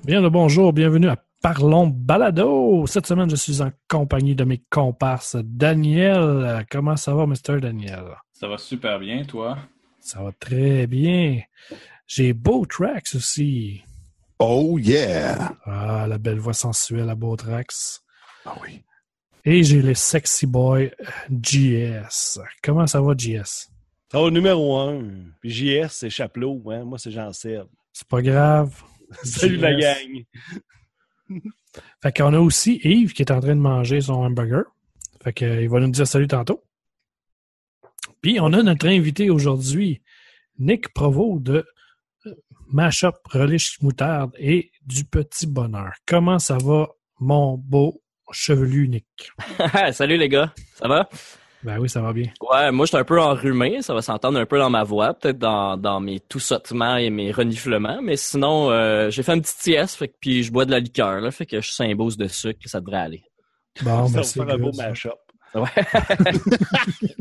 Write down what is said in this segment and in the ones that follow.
Bien le bonjour, bienvenue à Parlons Balado. Cette semaine, je suis en compagnie de mes comparses. Daniel, comment ça va, Mr. Daniel? Ça va super bien, toi? Ça va très bien. J'ai Beau Trax aussi. Oh yeah! Ah, la belle voix sensuelle à Beau Trax. Ah oui. Et j'ai le sexy boy JS. Comment ça va, JS? Ça va numéro 1. Puis JS, c'est Chapelot. Hein? Moi, c'est Jean-Seb. C'est pas grave. Salut JS. la gang! Fait qu'on a aussi Yves qui est en train de manger son hamburger. Fait qu'il va nous dire salut tantôt. Puis on a notre invité aujourd'hui, Nick Provost de Mashup Relish Moutarde et du Petit Bonheur. Comment ça va, mon beau chevelu Nick? Salut les gars, ça va? Ben oui, ça va bien. Ouais, moi je suis un peu enrhumé, ça va s'entendre un peu dans ma voix, peut-être dans mes toussottements et mes reniflements, mais sinon j'ai fait une petite sieste, puis je bois de la liqueur, là, fait que je suis un boost de sucre, ça devrait aller. Bon, Ça ben va c'est faire un beau good, ça. mash-up. Ouais.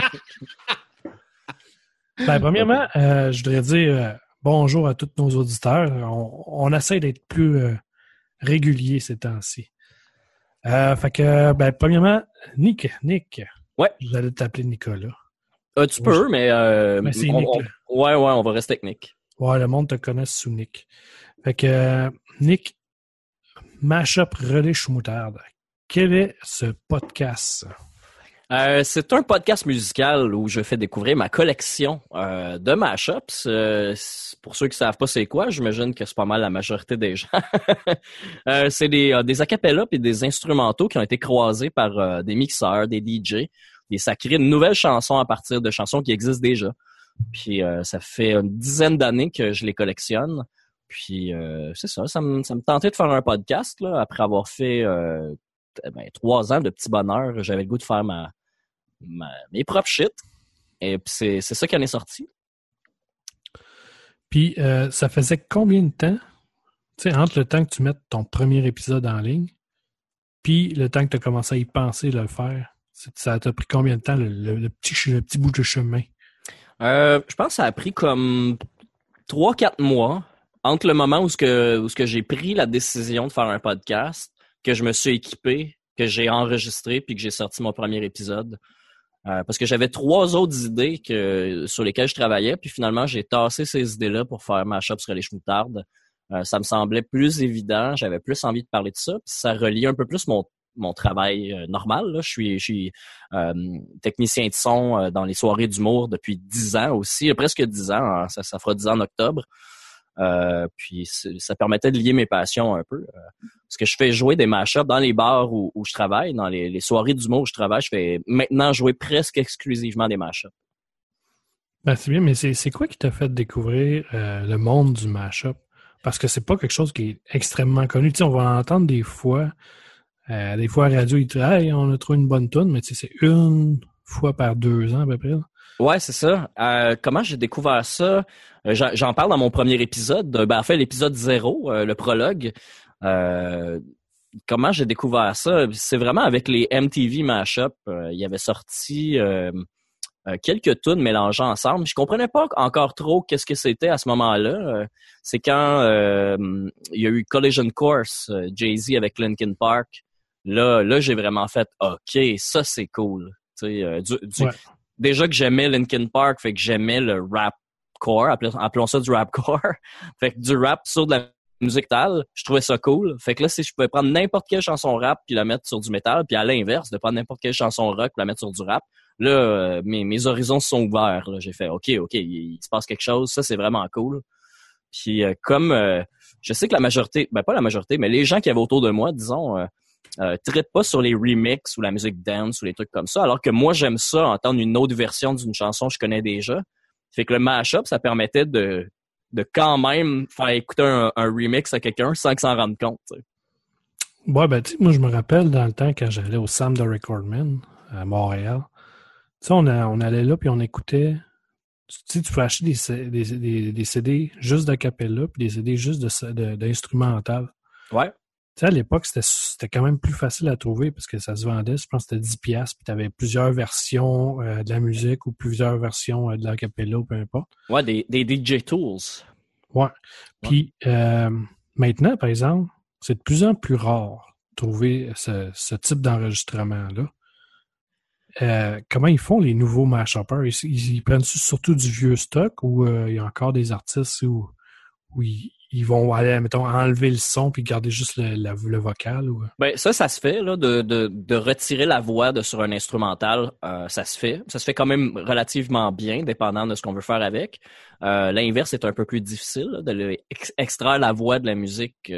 Ben, premièrement, je voudrais dire bonjour à tous nos auditeurs. On essaie d'être plus réguliers ces temps-ci. Fait que, ben, premièrement, Nick, Ouais. vous allez t'appeler Nicolas. Tu peux, mais c'est Nick, là. ouais, on va rester avec Nick. Ouais, le monde te connaît sous Nick. Fait que, Nick, Mashup Relish Moutarde, quel est ce podcast? C'est un podcast musical où je fais découvrir ma collection de mashups. Pour ceux qui savent pas c'est quoi, j'imagine que c'est pas mal la majorité des gens. C'est des acapellas et des instrumentaux qui ont été croisés par des mixeurs, des DJ, ça crée de nouvelles chansons à partir de chansons qui existent déjà. Puis ça fait une dizaine d'années que je les collectionne. Puis c'est ça me tentait de faire un podcast là, après avoir fait 3 ans de Petit Bonheur. J'avais le goût de faire mes propres shit. Et puis c'est ça qui en est sorti. Puis, ça faisait combien de temps, tu sais, entre le temps que tu mettes ton premier épisode en ligne, puis le temps que tu as commencé à y penser de le faire, ça t'a pris combien de temps, le petit bout de chemin? Je pense que ça a pris comme 3-4 mois entre le moment où ce que j'ai pris la décision de faire un podcast, que je me suis équipé, que j'ai enregistré, puis que j'ai sorti mon premier épisode. Parce que j'avais 3 autres idées sur lesquelles je travaillais, puis finalement, j'ai tassé ces idées-là pour faire Mashup sur les moutardes. Ça me semblait plus évident, j'avais plus envie de parler de ça, puis ça reliait un peu plus mon travail normal. Là. Je suis technicien de son dans les soirées d'humour depuis 10 ans aussi, presque 10 ans, hein, ça fera 10 ans en octobre. Puis ça permettait de lier mes passions un peu. Parce que je fais jouer des mashups dans les bars où je travaille, dans les soirées d'humour où je travaille, je fais maintenant jouer presque exclusivement des mashups. Ben, c'est bien, mais c'est quoi qui t'a fait découvrir le monde du mashup? Parce que c'est pas quelque chose qui est extrêmement connu. Tu sais, on va entendre des fois à radio, ils disent « Hey, on a trouvé une bonne toune », mais tu sais, c'est une fois par 2 ans à peu près. Là. Ouais, c'est ça. Comment j'ai découvert ça? J'en parle dans mon premier épisode. En fait, l'épisode 0, le prologue. Comment j'ai découvert ça? C'est vraiment avec les MTV Mashup. Il y avait sorti quelques tunes mélangées ensemble. Je comprenais pas encore trop qu'est-ce que c'était à ce moment-là. C'est quand il y a eu Collision Course, Jay-Z avec Linkin Park. Là, j'ai vraiment fait « OK, ça c'est cool ». Ouais. Déjà que j'aimais Linkin Park, fait que j'aimais le rapcore, appelons ça du rapcore. Fait que du rap sur de la musique métal, je trouvais ça cool. Fait que là, si je pouvais prendre n'importe quelle chanson rap puis la mettre sur du métal, puis à l'inverse, de prendre n'importe quelle chanson rock puis la mettre sur du rap, là, mes horizons se sont ouverts. Là. J'ai fait OK, il se passe quelque chose, ça c'est vraiment cool. Puis comme je sais que la majorité, pas la majorité, mais les gens qui avaient autour de moi, disons, trippent pas sur les remixes ou la musique dance ou les trucs comme ça, alors que moi j'aime ça, entendre une autre version d'une chanson que je connais déjà. Fait que le mashup, ça permettait de quand même faire écouter un remix à quelqu'un sans qu'il s'en rende compte. T'sais. Ouais, ben tu sais, moi je me rappelle dans le temps quand j'allais au Sam the Recordman à Montréal. Tu sais, on allait là puis on écoutait. Tu sais, tu peux acheter des CD juste d'acapella puis des CD juste d'instrumental. Ouais. Tu sais, à l'époque, c'était quand même plus facile à trouver parce que ça se vendait. Je pense que c'était 10$ puis tu avais plusieurs versions de la musique ou plusieurs versions de l'acapella ou peu importe. Ouais, des DJ tools. Ouais. Puis maintenant, par exemple, c'est de plus en plus rare de trouver ce type d'enregistrement-là. Comment ils font les nouveaux mash-uppers? Ils prennent surtout du vieux stock ou il y a encore des artistes où ils vont aller, mettons, enlever le son puis garder juste le vocal? Ou... Ben ça se fait là, de retirer la voix sur un instrumental, ça se fait. Ça se fait quand même relativement bien, dépendant de ce qu'on veut faire avec. L'inverse est un peu plus difficile, là, de extraire la voix de la musique.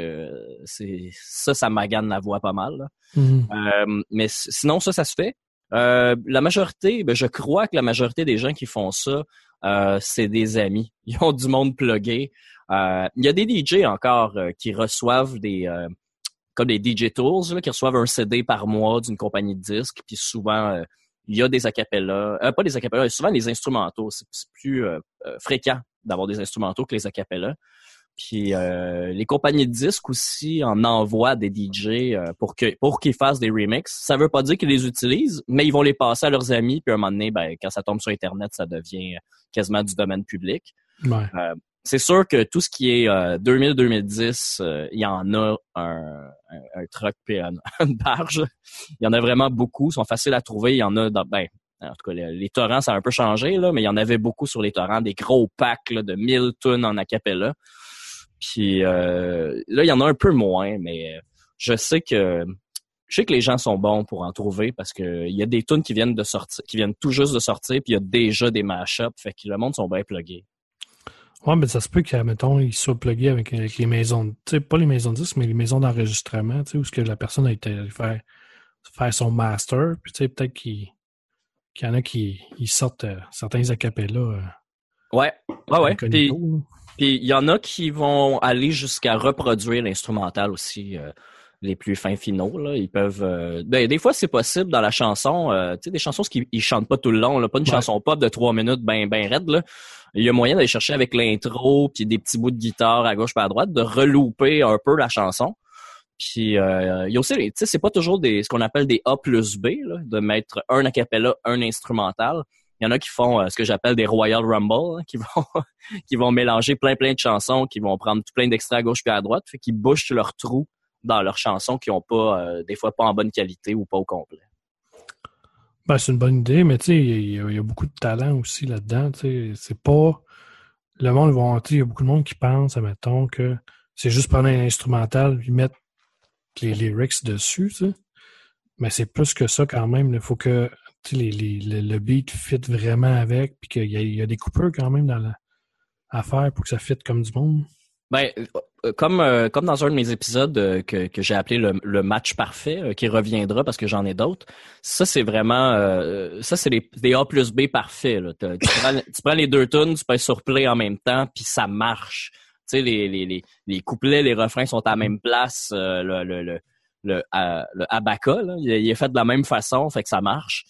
Ça magane la voix pas mal. Mais sinon, ça se fait. La majorité, je crois que la majorité des gens qui font ça, c'est des amis. Ils ont du monde plugué. Il y a des DJ encore qui reçoivent comme des DJ Tools, là, qui reçoivent un CD par mois d'une compagnie de disques, puis souvent il y a des acapellas, pas des acapellas, souvent des instrumentaux. C'est plus fréquent d'avoir des instrumentaux que les acapellas. Puis les compagnies de disques aussi en envoient des DJ pour qu'ils fassent des remixes. Ça veut pas dire qu'ils les utilisent, mais ils vont les passer à leurs amis, puis à un moment donné, quand ça tombe sur Internet, ça devient quasiment du domaine public. Ouais. C'est sûr que tout ce qui est 2000-2010, il y en a un truck puis une barge. Il y en a vraiment beaucoup, ils sont faciles à trouver. Il y en a en tout cas, les torrents, ça a un peu changé, là, mais il y en avait beaucoup sur les torrents, des gros packs là, de 1000 tonnes en acapella. Puis là, il y en a un peu moins, mais je sais que les gens sont bons pour en trouver parce que il y a des tunes qui viennent tout juste de sortir, puis il y a déjà des mash-ups, fait que le monde sont bien pluggés. Ouais, mais ça se peut mettons, ils soient plugués avec les maisons, tu sais, pas les maisons de disques, mais les maisons d'enregistrement, tu sais, où ce que la personne a été faire son master, puis tu sais, peut-être qu'il y en a qui sortent certains acapellas. Ouais. Puis il y en a qui vont aller jusqu'à reproduire l'instrumental aussi, les plus fins finaux. Là. Ils peuvent. Des fois, c'est possible dans la chanson. Tu sais, des chansons qu'ils chantent pas tout le long, là, pas une chanson pop de 3 minutes ben raide. Là. Il y a moyen d'aller chercher avec l'intro puis des petits bouts de guitare à gauche pas à droite, de relooper un peu la chanson. Puis il y a aussi, tu sais, c'est pas toujours ce qu'on appelle des A plus B, là, de mettre un acapella, un instrumental. Il y en a qui font ce que j'appelle des Royal Rumble, hein, qui vont mélanger plein de chansons, qui vont prendre tout plein d'extraits à gauche puis à droite, fait qu'ils bouchent leurs trous dans leurs chansons qui ont pas, des fois pas en bonne qualité ou pas au complet. Ben, c'est une bonne idée, mais tu sais, il y a beaucoup de talent aussi là-dedans. Tu sais, c'est pas. Le monde il y a beaucoup de monde qui pense, admettons, que c'est juste prendre un instrumental et mettre les lyrics dessus, tu sais. Mais c'est plus que ça quand même. Il faut que le beat fit vraiment avec, puis qu'il y a des coupeurs quand même à faire pour que ça fit comme du monde. Ben, comme dans un de mes épisodes que j'ai appelé le match parfait, qui reviendra parce que j'en ai d'autres, ça c'est vraiment ça c'est des A plus B parfaits. Là. Tu prends les deux tunes, tu pèses sur play en même temps, puis ça marche. Tu sais, les couplets, les refrains sont à la même place, le abaka, là, il est fait de la même façon, fait que ça marche.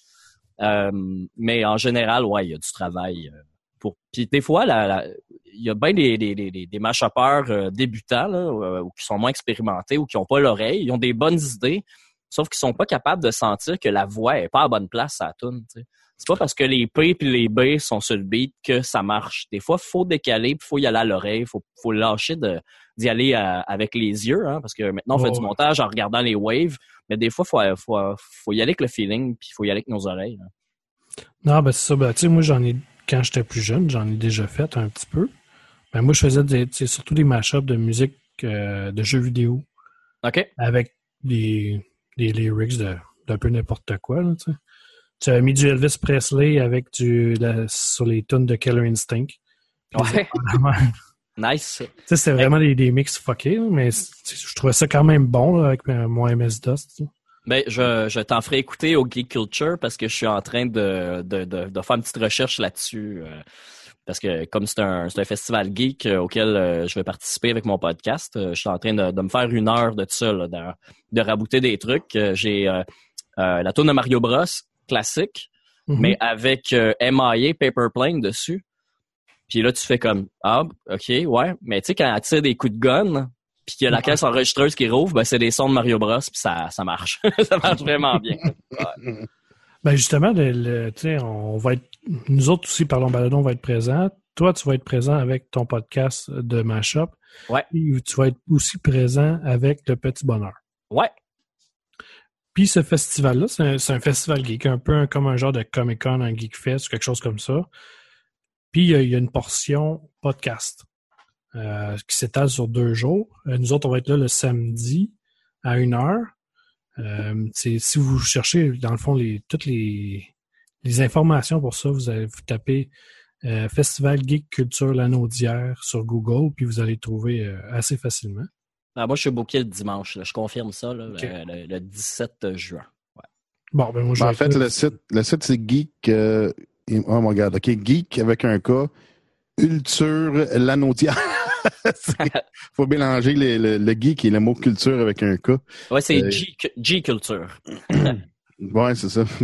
Mais en général, ouais, il y a du travail. Puis des fois, il y a bien des mash-uppers débutants là, ou qui sont moins expérimentés ou qui n'ont pas l'oreille. Ils ont des bonnes idées, sauf qu'ils sont pas capables de sentir que la voix est pas à la bonne place à la tune. T'sais. C'est pas parce que les P et les B sont sur le beat que ça marche. Des fois, faut décaler, puis faut y aller à l'oreille, faut lâcher d'y aller avec les yeux, hein, parce que maintenant on fait du montage en regardant les waves, mais des fois, faut y aller avec le feeling, puis faut y aller avec nos oreilles. Hein. Non, ben c'est ça. Ben, tu sais, moi, quand j'étais plus jeune, j'en ai déjà fait un petit peu. Ben, moi, je faisais surtout des mash-ups de musique de jeux vidéo. OK. Avec des lyrics d'un peu n'importe quoi, là, tu sais. Tu avais mis du Elvis Presley avec sur les tunes de Killer Instinct. Ouais. Nice. Tu sais, c'était vraiment des mix fuckés, mais je trouvais ça quand même bon là, avec mon MS-DOS. Tu sais. Ben, je t'en ferai écouter au Geek Culture parce que je suis en train de faire une petite recherche là-dessus. Parce que comme c'est un festival geek auquel je vais participer avec mon podcast, je suis en train de me faire 1 heure de ça, là, de rabouter des trucs. J'ai la toune de Mario Bros classique, mais avec MIA Paper Plane dessus. Puis là, tu fais comme OK, ouais. Mais tu sais, quand elle tire des coups de gun, puis qu'il y a la caisse enregistreuse qui rouvre, ben c'est des sons de Mario Bros, puis ça marche. Ça marche vraiment bien. Ouais. Ben justement, tu sais, on va être, nous autres aussi, Parlons Balado, on va être présents. toi, tu vas être présent avec ton podcast de Mashup. Ouais. Et tu vas être aussi présent avec le Petit Bonheur. Ouais. Puis ce festival-là, c'est un festival geek, un peu comme un genre de Comic-Con, un Geek Fest, quelque chose comme ça. Puis il y a une portion podcast qui s'étale sur 2 jours. Nous autres, on va être là le samedi à 1h. Si vous cherchez, dans le fond, toutes les informations pour ça, vous tapez Festival Geek Culture Lanaudière sur Google, puis vous allez trouver assez facilement. Ah, moi, je suis booké le dimanche. Là. Je confirme ça, là, Okay. le 17 juin. Ouais. Bon, ben moi, je vais En fait, être là. le site c'est Geek. Oh my God, OK. Geek avec un K. Culture Lanaudière. Faut mélanger le geek et le mot culture avec un K. Ouais, c'est G-Culture. Ouais, c'est ça.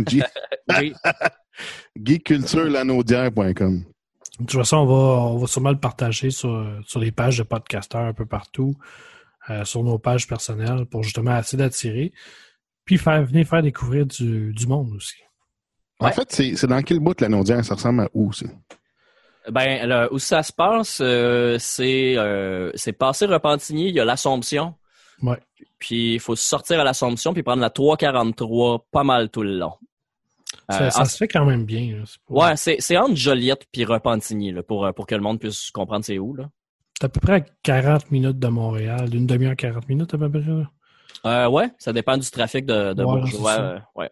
Geekculturelanaudière.com. De toute façon, on va sûrement le partager sur les pages de podcasteurs un peu partout, sur nos pages personnelles pour justement essayer d'attirer, puis venir faire découvrir du monde aussi. Ouais. En fait, c'est dans quel bout de Lanaudière? Ça ressemble à où, ça? Ben, où ça se passe, c'est passé Repentigny, il y a l'Assomption. Ouais. Puis il faut sortir à l'Assomption puis prendre la 343 pas mal tout le long. Ça se fait quand même bien. Là. Ouais, c'est entre Joliette puis Repentigny là, pour que le monde puisse comprendre c'est où. Là. C'est à peu près à 40 minutes de Montréal, d'une demi-heure 40 minutes à peu près. Là. Ouais, ça dépend du trafic de Bourgeois. Ouais.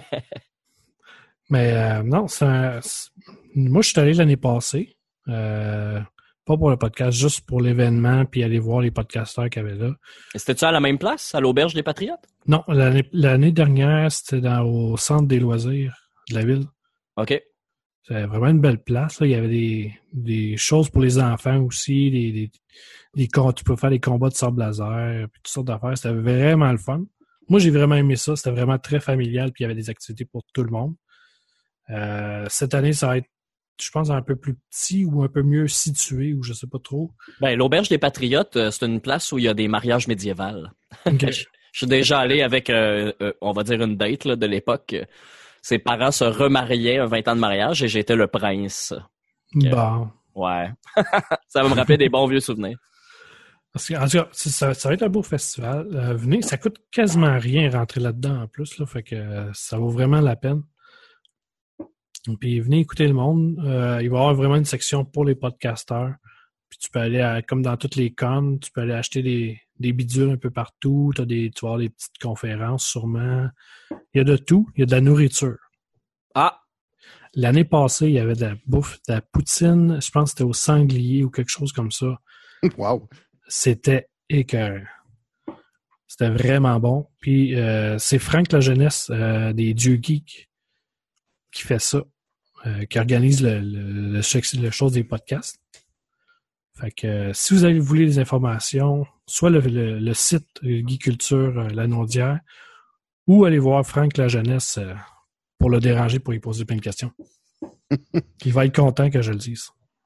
Mais non, moi je suis allé l'année passée. Pas pour le podcast, juste pour l'événement, puis aller voir les podcasteurs qu'il y avait là. C'était-tu à la même place, à l'Auberge des Patriotes? Non, l'année dernière, c'était au centre des loisirs de la ville. OK. C'était vraiment une belle place. Là. Il y avait des choses pour les enfants aussi, tu peux faire des combats de sable laser, puis toutes sortes d'affaires. C'était vraiment le fun. Moi, j'ai vraiment aimé ça. C'était vraiment très familial, puis il y avait des activités pour tout le monde. Cette année, ça va être, je pense, un peu plus petit ou un peu mieux situé, ou je sais pas trop. Ben, l'Auberge des Patriotes, c'est une place où il y a des mariages médiévaux. Okay. Je suis déjà allé avec, on va dire, une date là, de l'époque. Ses parents se remariaient, 20 ans de mariage, et j'étais le prince. Bon. Ouais. Ça va me rappeler des bons vieux souvenirs. En tout cas, ça va être un beau festival. Venez, ça coûte quasiment rien rentrer là-dedans en plus, là, fait que ça vaut vraiment la peine. Puis venez écouter le monde. Il va y avoir vraiment une section pour les podcasteurs. Puis tu peux aller, comme dans toutes les cons, tu peux aller acheter des bidules un peu partout. Tu vas avoir des petites conférences sûrement. Il y a de tout. Il y a de la nourriture. Ah! L'année passée, il y avait de la bouffe, de la poutine. Je pense que c'était au sanglier ou quelque chose comme ça. Wow! C'était écœurant. C'était vraiment bon. Puis c'est Franck La Jeunesse des Dieux Geeks qui fait ça, qui organise le chose des podcasts. Fait que si vous voulez des informations, soit le site Geek Culture Lanaudière, ou aller voir Franck La Jeunesse pour le déranger, pour lui poser plein de questions. Il va être content que je le dise.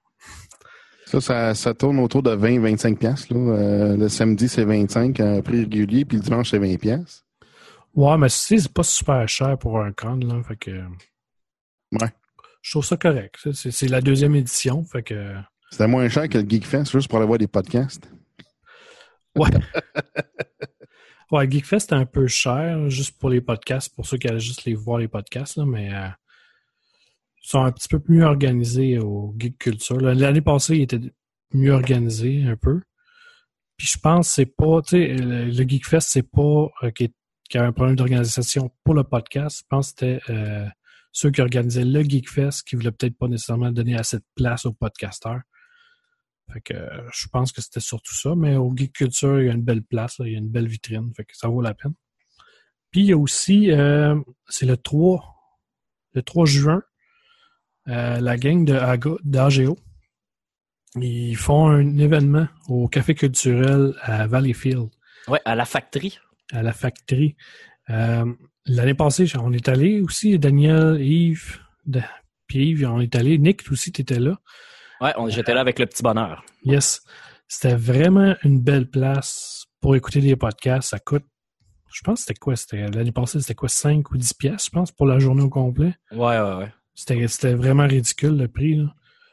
Ça tourne autour de 20-25 piastres. Le samedi, c'est 25 à prix régulier, puis le dimanche, c'est 20 piastres. Ouais, mais c'est pas super cher pour un con, là. Fait que... Ouais. Je trouve ça correct. C'est la 2e édition, fait que... C'était moins cher que le GeekFest, juste pour aller voir des podcasts. Ouais. Ouais, GeekFest, c'était un peu cher, juste pour les podcasts, pour ceux qui allaient juste les voir les podcasts, là, mais ils sont un petit peu mieux organisés au Geek Culture. L'année passée, ils étaient mieux organisés un peu. Puis je pense que c'est pas, tu sais, le GeekFest, c'est pas qu'il y avait un problème d'organisation pour le podcast. Je pense que c'était ceux qui organisaient le GeekFest qui voulaient peut-être pas nécessairement donner assez de place aux podcasteurs. Fait que je pense que c'était surtout ça, mais au Geek Culture, il y a une belle place, là, il y a une belle vitrine, fait que ça vaut la peine. Puis il y a aussi, c'est le 3 juin, la gang d'AGO, ils font un événement au Café culturel à Valleyfield. Ouais, à la Factory. À la Factory. L'année passée, on est allé aussi, Daniel, Yves, puis Yves, on est allé, Nick aussi, t'étais là. Ouais, j'étais là avec le Petit Bonheur. Yes. C'était vraiment une belle place pour écouter des podcasts. Ça coûte, je pense que c'était quoi? L'année passée, c'était quoi? 5 ou 10 piastres, je pense, pour la journée au complet. Ouais. C'était vraiment ridicule, le prix, là.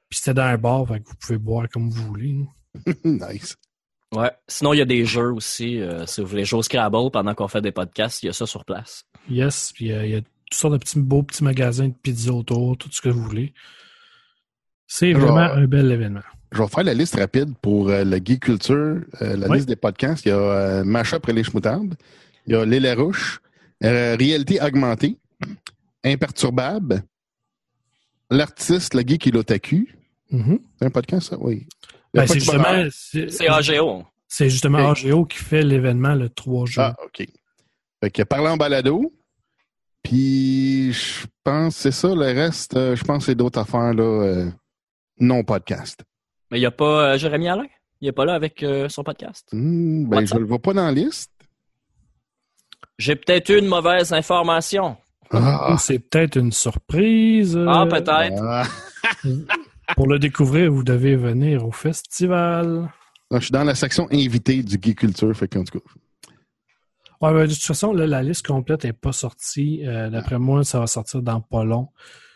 Puis c'était dans un bar, fait que vous pouvez boire comme vous voulez. Nice. Ouais. Sinon, il y a des jeux aussi. Si vous voulez jouer au Scrabble pendant qu'on fait des podcasts, il y a ça sur place. Yes, puis il y a toutes sortes de beaux petits magasins de pizza autour, tout ce que vous voulez. C'est vraiment un bel événement. Je vais faire la liste rapide pour le Geek Culture, liste des podcasts. Il y a Macha après les Schmoutardes, il y a Les Larouches, Réalité augmentée, Imperturbable, L'artiste, le Geek et l'Otaku. Mm-hmm. C'est un podcast, ça? Oui. C'est justement... C'est AGO. C'est justement AGO qui fait l'événement le 3 juin. Ah, OK. Fait que Parlant en balado, puis je pense c'est ça, le reste, je pense que c'est d'autres affaires, là, non podcast. Mais il n'y a pas Jérémy Alain? Il n'est pas là avec son podcast? Je le vois pas dans la liste. J'ai peut-être eu une mauvaise information. C'est peut-être une surprise. Peut-être. Pour le découvrir, vous devez venir au festival. Non, je suis dans la section invité du Geek Culture, fait qu'en tout cas. Ouais, de toute façon, là, la liste complète n'est pas sortie. D'après moi, ça va sortir dans pas long.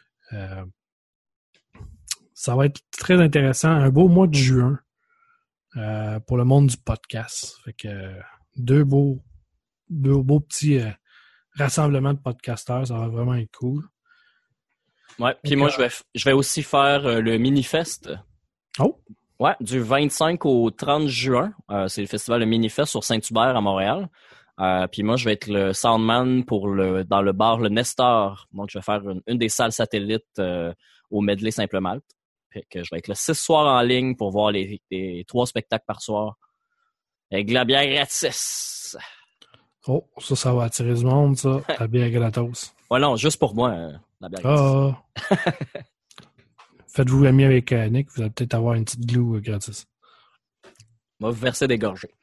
Ça va être très intéressant. Un beau mois de juin pour le monde du podcast. Fait que deux beaux petits rassemblements de podcasteurs. Ça va vraiment être cool. Ouais, puis moi, je vais aussi faire le Minifest. Oh! Ouais, du 25 au 30 juin. C'est le festival de Minifest sur Saint-Hubert à Montréal. Puis moi, je vais être le soundman dans le bar Le Nestor. Donc, je vais faire une des salles satellites au Medley Simple Malte. Fait que je vais être le 6 soirs en ligne pour voir les 3 spectacles par soir. Avec de la bière gratis. Oh, ça va attirer du monde, ça. La bière gratos. Ouais, non, juste pour moi, la bière gratis. Faites-vous ami avec Nick, vous allez peut-être avoir une petite glue gratis. On va vous verser des gorgées.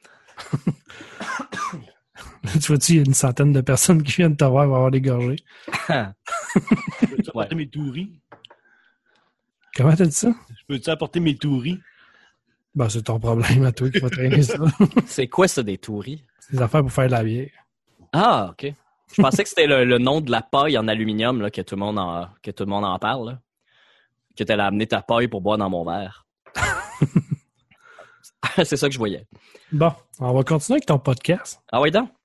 Tu vois-tu, il y a une centaine de personnes qui viennent te voir, vont avoir des gorgées. Peux-tu apporter mes touris? Comment t'as dit ça? Peux-tu apporter mes touris? C'est ton problème à toi qui va traîner ça. C'est quoi ça, des touris? C'est des affaires pour faire de la bière. Ah, OK. Je pensais que c'était le nom de la paille en aluminium là, que tout le monde en parle. Là. Que tu allais amener ta paille pour boire dans mon verre. C'est ça que je voyais. Bon, on va continuer avec ton podcast. Ah oui, donc?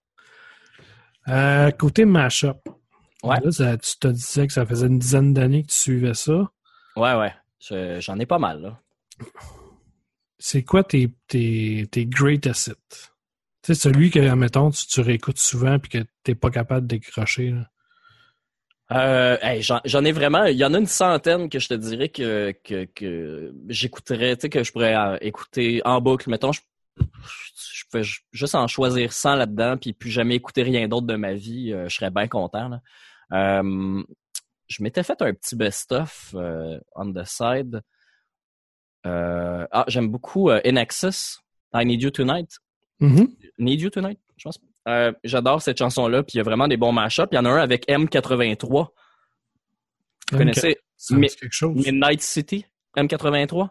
Côté Mashup. Ouais. Là, tu te disais que ça faisait une dizaine d'années que tu suivais ça. Ouais. J'en ai pas mal, là. C'est quoi tes greatest hits? Tu sais, celui que, admettons, tu réécoutes souvent et que t'es pas capable de décrocher, là. J'en ai vraiment. Il y en a une centaine que je te dirais que j'écouterais, tu sais, que je pourrais écouter en boucle. Mettons, je peux juste en choisir 100 là-dedans, puis plus jamais écouter rien d'autre de ma vie. Je serais bien content, là. Je m'étais fait un petit best-of on the side. J'aime beaucoup In Excess, I Need You Tonight. Mm-hmm. Need You Tonight, je pense. J'adore cette chanson-là, puis il y a vraiment des bons mashups. Il y en a un avec M83. Vous connaissez quelque chose. Midnight City, M83?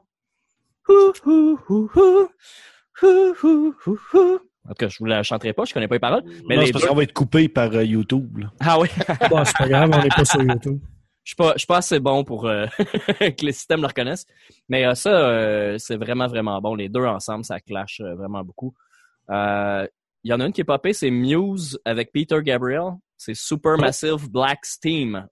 En tout cas, je vous la chanterai pas, je connais pas les paroles. Mais non, c'est parce qu'on va être coupé par YouTube. Là. Ah oui? C'est pas grave, on n'est pas sur YouTube. Je suis pas assez bon pour que les systèmes le reconnaissent. Mais ça, c'est vraiment, vraiment bon. Les deux ensemble, ça clash vraiment beaucoup. Il y en a une qui est popée, c'est Muse avec Peter Gabriel. C'est Supermassive Black Steam.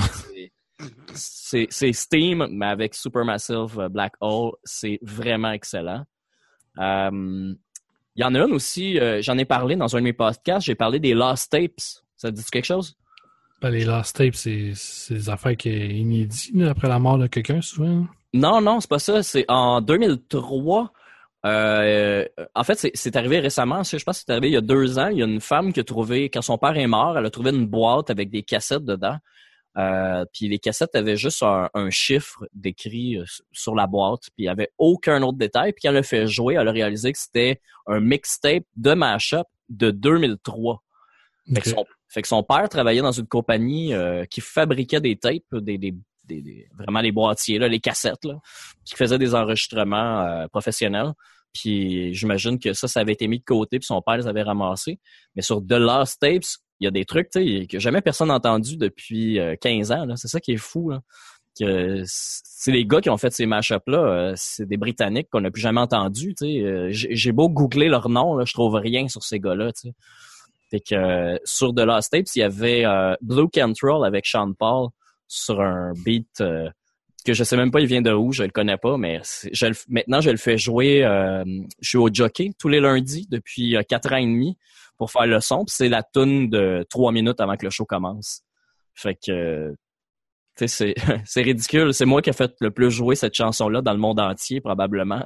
C'est Steam, mais avec Supermassive Black Hole. C'est vraiment excellent. Il y en a une aussi, j'en ai parlé dans un de mes podcasts, j'ai parlé des Lost Tapes. Ça te dit quelque chose? Les Lost Tapes, c'est des affaires qui sont inédites après la mort de quelqu'un, souvent. Non, c'est pas ça. C'est en 2003. En fait, c'est arrivé récemment. Je pense que c'est arrivé il y a 2 ans. Il y a une femme qui a trouvé, quand son père est mort, elle a trouvé une boîte avec des cassettes dedans. Puis les cassettes avaient juste un chiffre décrit sur la boîte. Puis il n'y avait aucun autre détail. Puis quand elle a fait jouer, elle a réalisé que c'était un mixtape de Mashup de 2003. Okay. Fait que son père travaillait dans une compagnie qui fabriquait des tapes, vraiment les boîtiers, là, les cassettes, là, qui faisaient des enregistrements professionnels. Puis j'imagine que ça avait été mis de côté, puis son père les avait ramassés. Mais sur The Lost Tapes, il y a des trucs que jamais personne n'a entendu depuis 15 ans. Là. C'est ça qui est fou. Là. que c'est les gars qui ont fait ces mashups-là, c'est des Britanniques qu'on n'a plus jamais entendus. J'ai beau googler leur nom, là, je trouve rien sur ces gars-là. T'sais. Fait que sur The Lost Tapes, il y avait Blue Cantrell avec Sean Paul sur un beat que je sais même pas il vient de où, je le connais pas, mais maintenant je le fais jouer. Je suis au jockey tous les lundis depuis 4 ans et demi pour faire le son. Puis c'est la tune de 3 minutes avant que le show commence. Fait que c'est ridicule. C'est moi qui ai fait le plus jouer cette chanson-là dans le monde entier, probablement.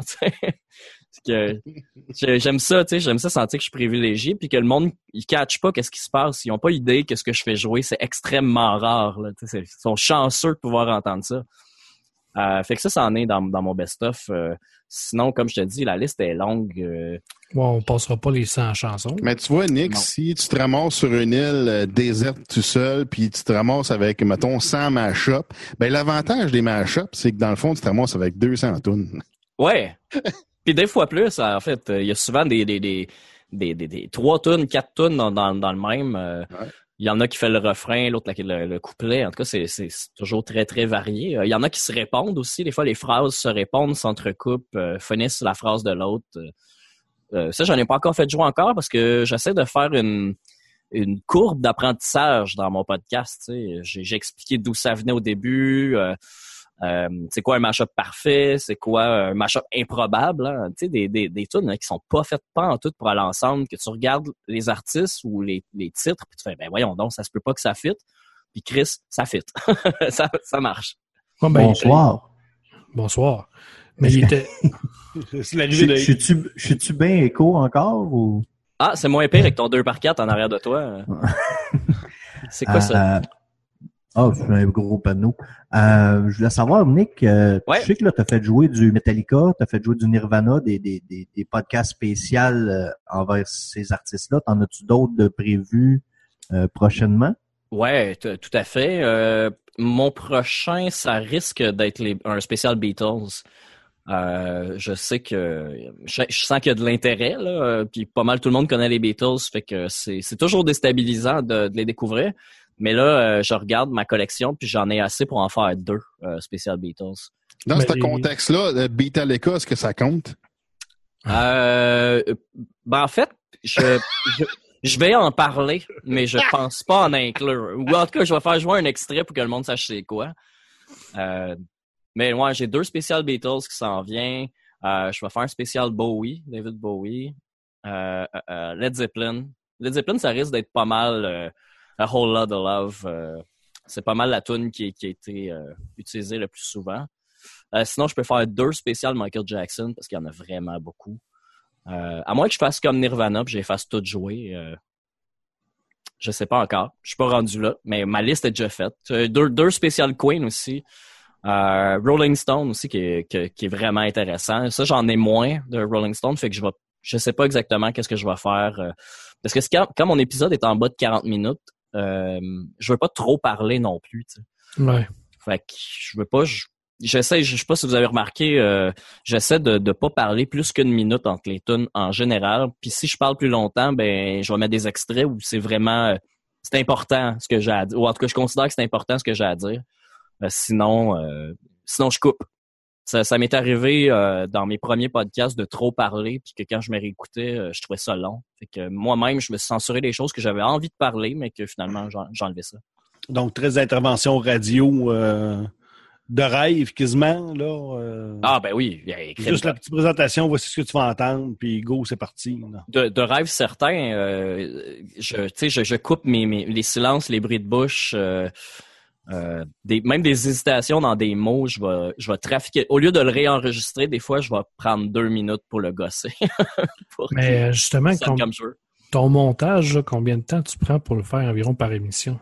Que j'aime ça, j'aime ça sentir que je suis privilégié, puis que le monde, ils catchent pas qu'est-ce qui se passe. Ils ont pas idée que ce que je fais jouer, c'est extrêmement rare. Là, ils sont chanceux de pouvoir entendre ça. Fait que ça en est dans mon best-of. Sinon, comme je te dis, la liste est longue. Bon, on passera pas les 100 chansons. Mais tu vois, Nick, si tu te ramasses sur une île déserte tout seul, puis tu te ramasses avec, mettons, 100 mash-up, ben l'avantage des mash-up, c'est que dans le fond, tu te ramasses avec 200 tunes. Ouais. Puis des fois plus, en fait. Il y a souvent des 3 tunes, 4 tunes dans le même. Ouais. Il y en a qui fait le refrain, l'autre le couplet. En tout cas, c'est toujours très, très varié. Il y en a qui se répondent aussi. Des fois, les phrases se répondent, s'entrecoupent, finissent la phrase de l'autre. Ça, j'en ai pas encore fait jouer encore parce que j'essaie de faire une courbe d'apprentissage dans mon podcast. J'ai expliqué d'où ça venait au début. C'est quoi un mashup parfait, c'est quoi un mashup improbable, hein? Tu sais, des tunes qui sont pas faites pas en tout pour aller ensemble, que tu regardes les artistes ou les titres, puis tu fais, ben voyons donc, ça se peut pas que ça fit. Puis Chris, ça fit. ça marche. Oh, ben, Bonsoir. Bonsoir. Mais il était... C'est l'arrivée de... Je suis-tu bien écho encore ou... Ah, c'est moins pire avec ton 2x4 en arrière de toi. C'est quoi ça? C'est un gros panneau. Je voulais savoir, Nick, Ouais. Je sais que là, tu as fait jouer du Metallica, tu as fait jouer du Nirvana, des podcasts spéciaux envers ces artistes-là. T'en as-tu d'autres de prévus prochainement? Ouais, tout à fait. Mon prochain, ça risque d'être un spécial Beatles. Je sais que je sens qu'il y a de l'intérêt là, puis pas mal tout le monde connaît les Beatles, fait que c'est toujours déstabilisant de les découvrir. Mais là, je regarde ma collection puis j'en ai assez pour en faire 2 spécial Beatles. Dans ce contexte-là, Beatallica, est-ce que ça compte? En fait, je vais en parler, mais je pense pas en inclure. Ou en tout cas, je vais faire jouer un extrait pour que le monde sache c'est quoi. Mais ouais, j'ai 2 spéciales Beatles qui s'en viennent. Je vais faire un spécial David Bowie. Led Zeppelin. Led Zeppelin, ça risque d'être pas mal A Whole Lot of Love. C'est pas mal la tune qui a été utilisée le plus souvent. Sinon, je peux faire 2 spéciales Michael Jackson parce qu'il y en a vraiment beaucoup. À moins que je fasse comme Nirvana et je les fasse toutes jouer. Je sais pas encore. Je suis pas rendu là, mais ma liste est déjà faite. 2 spéciales Queen aussi. Rolling Stone aussi qui est vraiment intéressant. Ça, j'en ai moins de Rolling Stone, fait que je sais pas exactement qu'est-ce que je vais faire. Parce que quand mon épisode est en bas de 40 minutes, je veux pas trop parler non plus. T'sais. Ouais. Fait que je veux pas. J'essaie, je sais pas si vous avez remarqué, j'essaie de pas parler plus qu'une minute entre les tunes en général. Puis si je parle plus longtemps, ben je vais mettre des extraits où c'est vraiment c'est important ce que j'ai à dire. Ou en tout cas, je considère que c'est important ce que j'ai à dire. Sinon, je coupe. Ça m'est arrivé dans mes premiers podcasts de trop parler, puis que quand je me réécoutais, je trouvais ça long. Fait que moi-même, je me suis censuré des choses que j'avais envie de parler, mais que finalement, j'enlevais ça. Donc, 13 interventions radio de rêve, quasiment, là. Ah, ben oui. Juste la petite présentation, voici ce que tu vas entendre, puis go, c'est parti. De rêve certain, je coupe les silences, les bruits de bouche, même des hésitations dans des mots, je vais trafiquer. Au lieu de le réenregistrer, des fois, je vais prendre 2 minutes pour le gosser. Mais justement, comme je veux. Ton montage, là, combien de temps tu prends pour le faire environ par émission?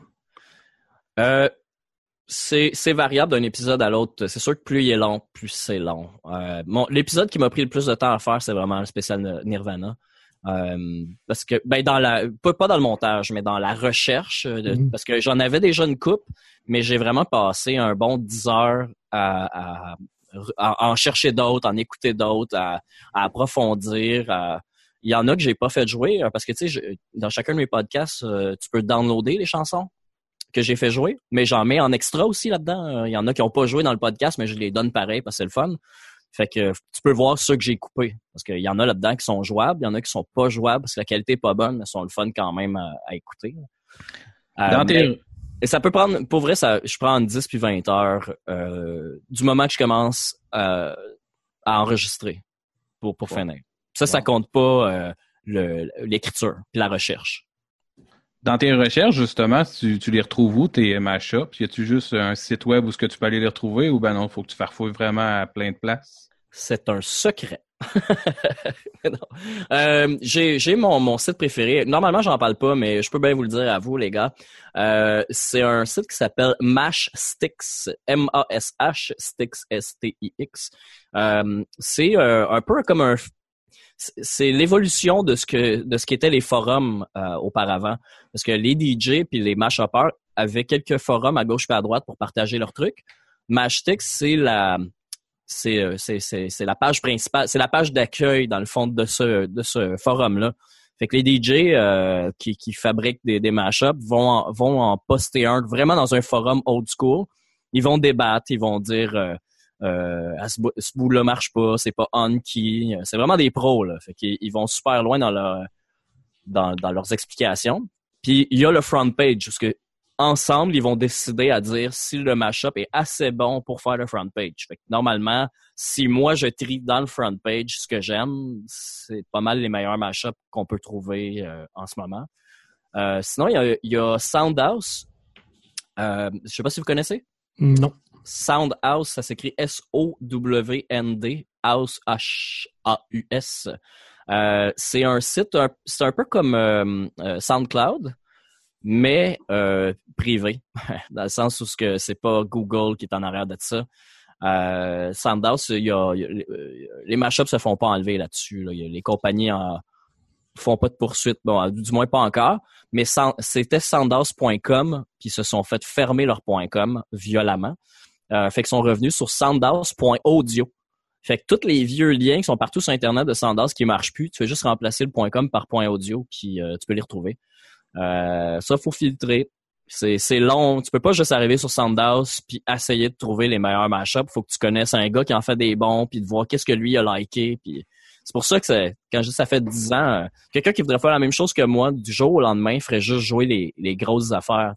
C'est variable d'un épisode à l'autre. C'est sûr que plus il est long, plus c'est long. L'épisode qui m'a pris le plus de temps à faire, c'est vraiment le spécial Nirvana. Parce que pas dans le montage, mais dans la recherche, parce que j'en avais déjà une coupe, mais j'ai vraiment passé un bon 10 heures à en chercher d'autres, en écouter d'autres, à approfondir. Il y en a que j'ai pas fait jouer parce que tu sais, dans chacun de mes podcasts, tu peux downloader les chansons. que j'ai fait jouer, mais j'en mets en extra aussi là-dedans. Il y en a qui n'ont pas joué dans le podcast, mais je les donne pareil parce que c'est le fun. Fait que tu peux voir ceux que j'ai coupés. Parce qu'il y en a là-dedans qui sont jouables, il y en a qui sont pas jouables parce que la qualité est pas bonne, mais sont le fun quand même à écouter. Et ça peut prendre, pour vrai, je prends entre 10 puis 20 heures du moment que je commence à enregistrer pour finir. Ça compte pas l'écriture puis la recherche. Dans tes recherches, justement, tu les retrouves où, tes mashups? Y a-tu juste un site web où est-ce que tu peux aller les retrouver ou ben non, faut que tu farfouilles vraiment à plein de places? C'est un secret. Non. J'ai mon site préféré. Normalement, j'en parle pas, mais je peux bien vous le dire à vous, les gars. C'est un site qui s'appelle Mashstix. M-A-S-H, Stix, S-T-I-X. C'est un peu comme c'est l'évolution de ce qu'étaient les forums auparavant. Parce que les DJ puis les mash-uppers avaient quelques forums à gauche et à droite pour partager leurs trucs. Mashstix, c'est la page principale, c'est la page d'accueil dans le fond de ce forum-là. Fait que les DJ qui fabriquent des mashups vont en poster un vraiment dans un forum old school. Ils vont débattre, ils vont dire ce bout-là marche pas, c'est pas on-key. C'est vraiment des pros, là. Fait qu'ils vont super loin dans leurs explications. Puis il y a le front page, parce que ensemble, ils vont décider à dire si le mashup est assez bon pour faire le front page. Fait que normalement, si moi je trie dans le front page ce que j'aime, c'est pas mal les meilleurs mashups qu'on peut trouver en ce moment. Sinon, il y a Soundhouse. Je sais pas si vous connaissez. Non. Soundhouse, ça s'écrit S-O-W-N-D, House, H-A-U-S. C'est un site, c'est un peu comme SoundCloud, mais privé, dans le sens où c'est pas Google qui est en arrière de ça. Soundhouse, les mashups se font pas enlever là-dessus. Là. Les compagnies font pas de poursuite, bon, du moins pas encore, mais c'était soundhouse.com qui se sont fait fermer leur .com violemment. Fait qu'ils sont revenus sur soundhouse.audio. Fait que tous les vieux liens qui sont partout sur Internet de Soundhouse qui marchent plus, tu fais juste remplacer le .com par .audio puis tu peux les retrouver. Ça, faut filtrer. C'est long. Tu peux pas juste arriver sur Soundhouse puis essayer de trouver les meilleurs mashups. Faut que tu connaisses un gars qui en fait des bons puis de voir qu'est-ce que lui a liké. Puis c'est pour ça que quand je dis ça fait 10 ans, quelqu'un qui voudrait faire la même chose que moi, du jour au lendemain, ferait juste jouer les grosses affaires.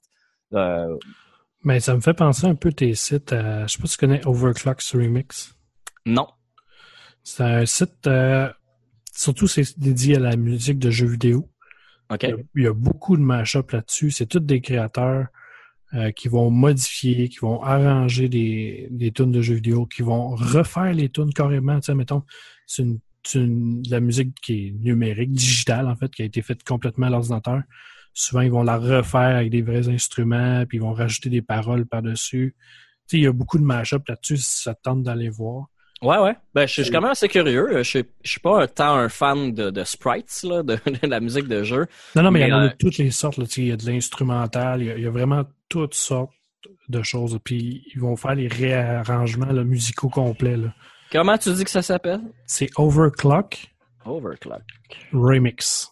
Mais ça me fait penser un peu tes sites. Je sais pas si tu connais Overclock's Remix. Non. C'est un site, surtout c'est dédié à la musique de jeux vidéo. Okay. Il y a beaucoup de mashups là-dessus. C'est tous des créateurs qui vont modifier, qui vont arranger des tunes de jeux vidéo, qui vont refaire les tunes carrément. Tu sais, mettons, c'est de la musique qui est numérique, digitale en fait, qui a été faite complètement à l'ordinateur. Souvent, ils vont la refaire avec des vrais instruments, puis ils vont rajouter des paroles par-dessus. Tu sais, il y a beaucoup de mashups là-dessus si ça te tente d'aller voir. Ouais. Ben, je suis quand même assez curieux. Je suis pas tant un fan de sprites, là, de la musique de jeu. Non, mais il y en a de toutes les sortes. Là. Il y a de l'instrumental, il y a vraiment toutes sortes de choses. Puis ils vont faire les réarrangements là, musicaux complets. Là. Comment tu dis que ça s'appelle? C'est Overclock. Overclock. Remix.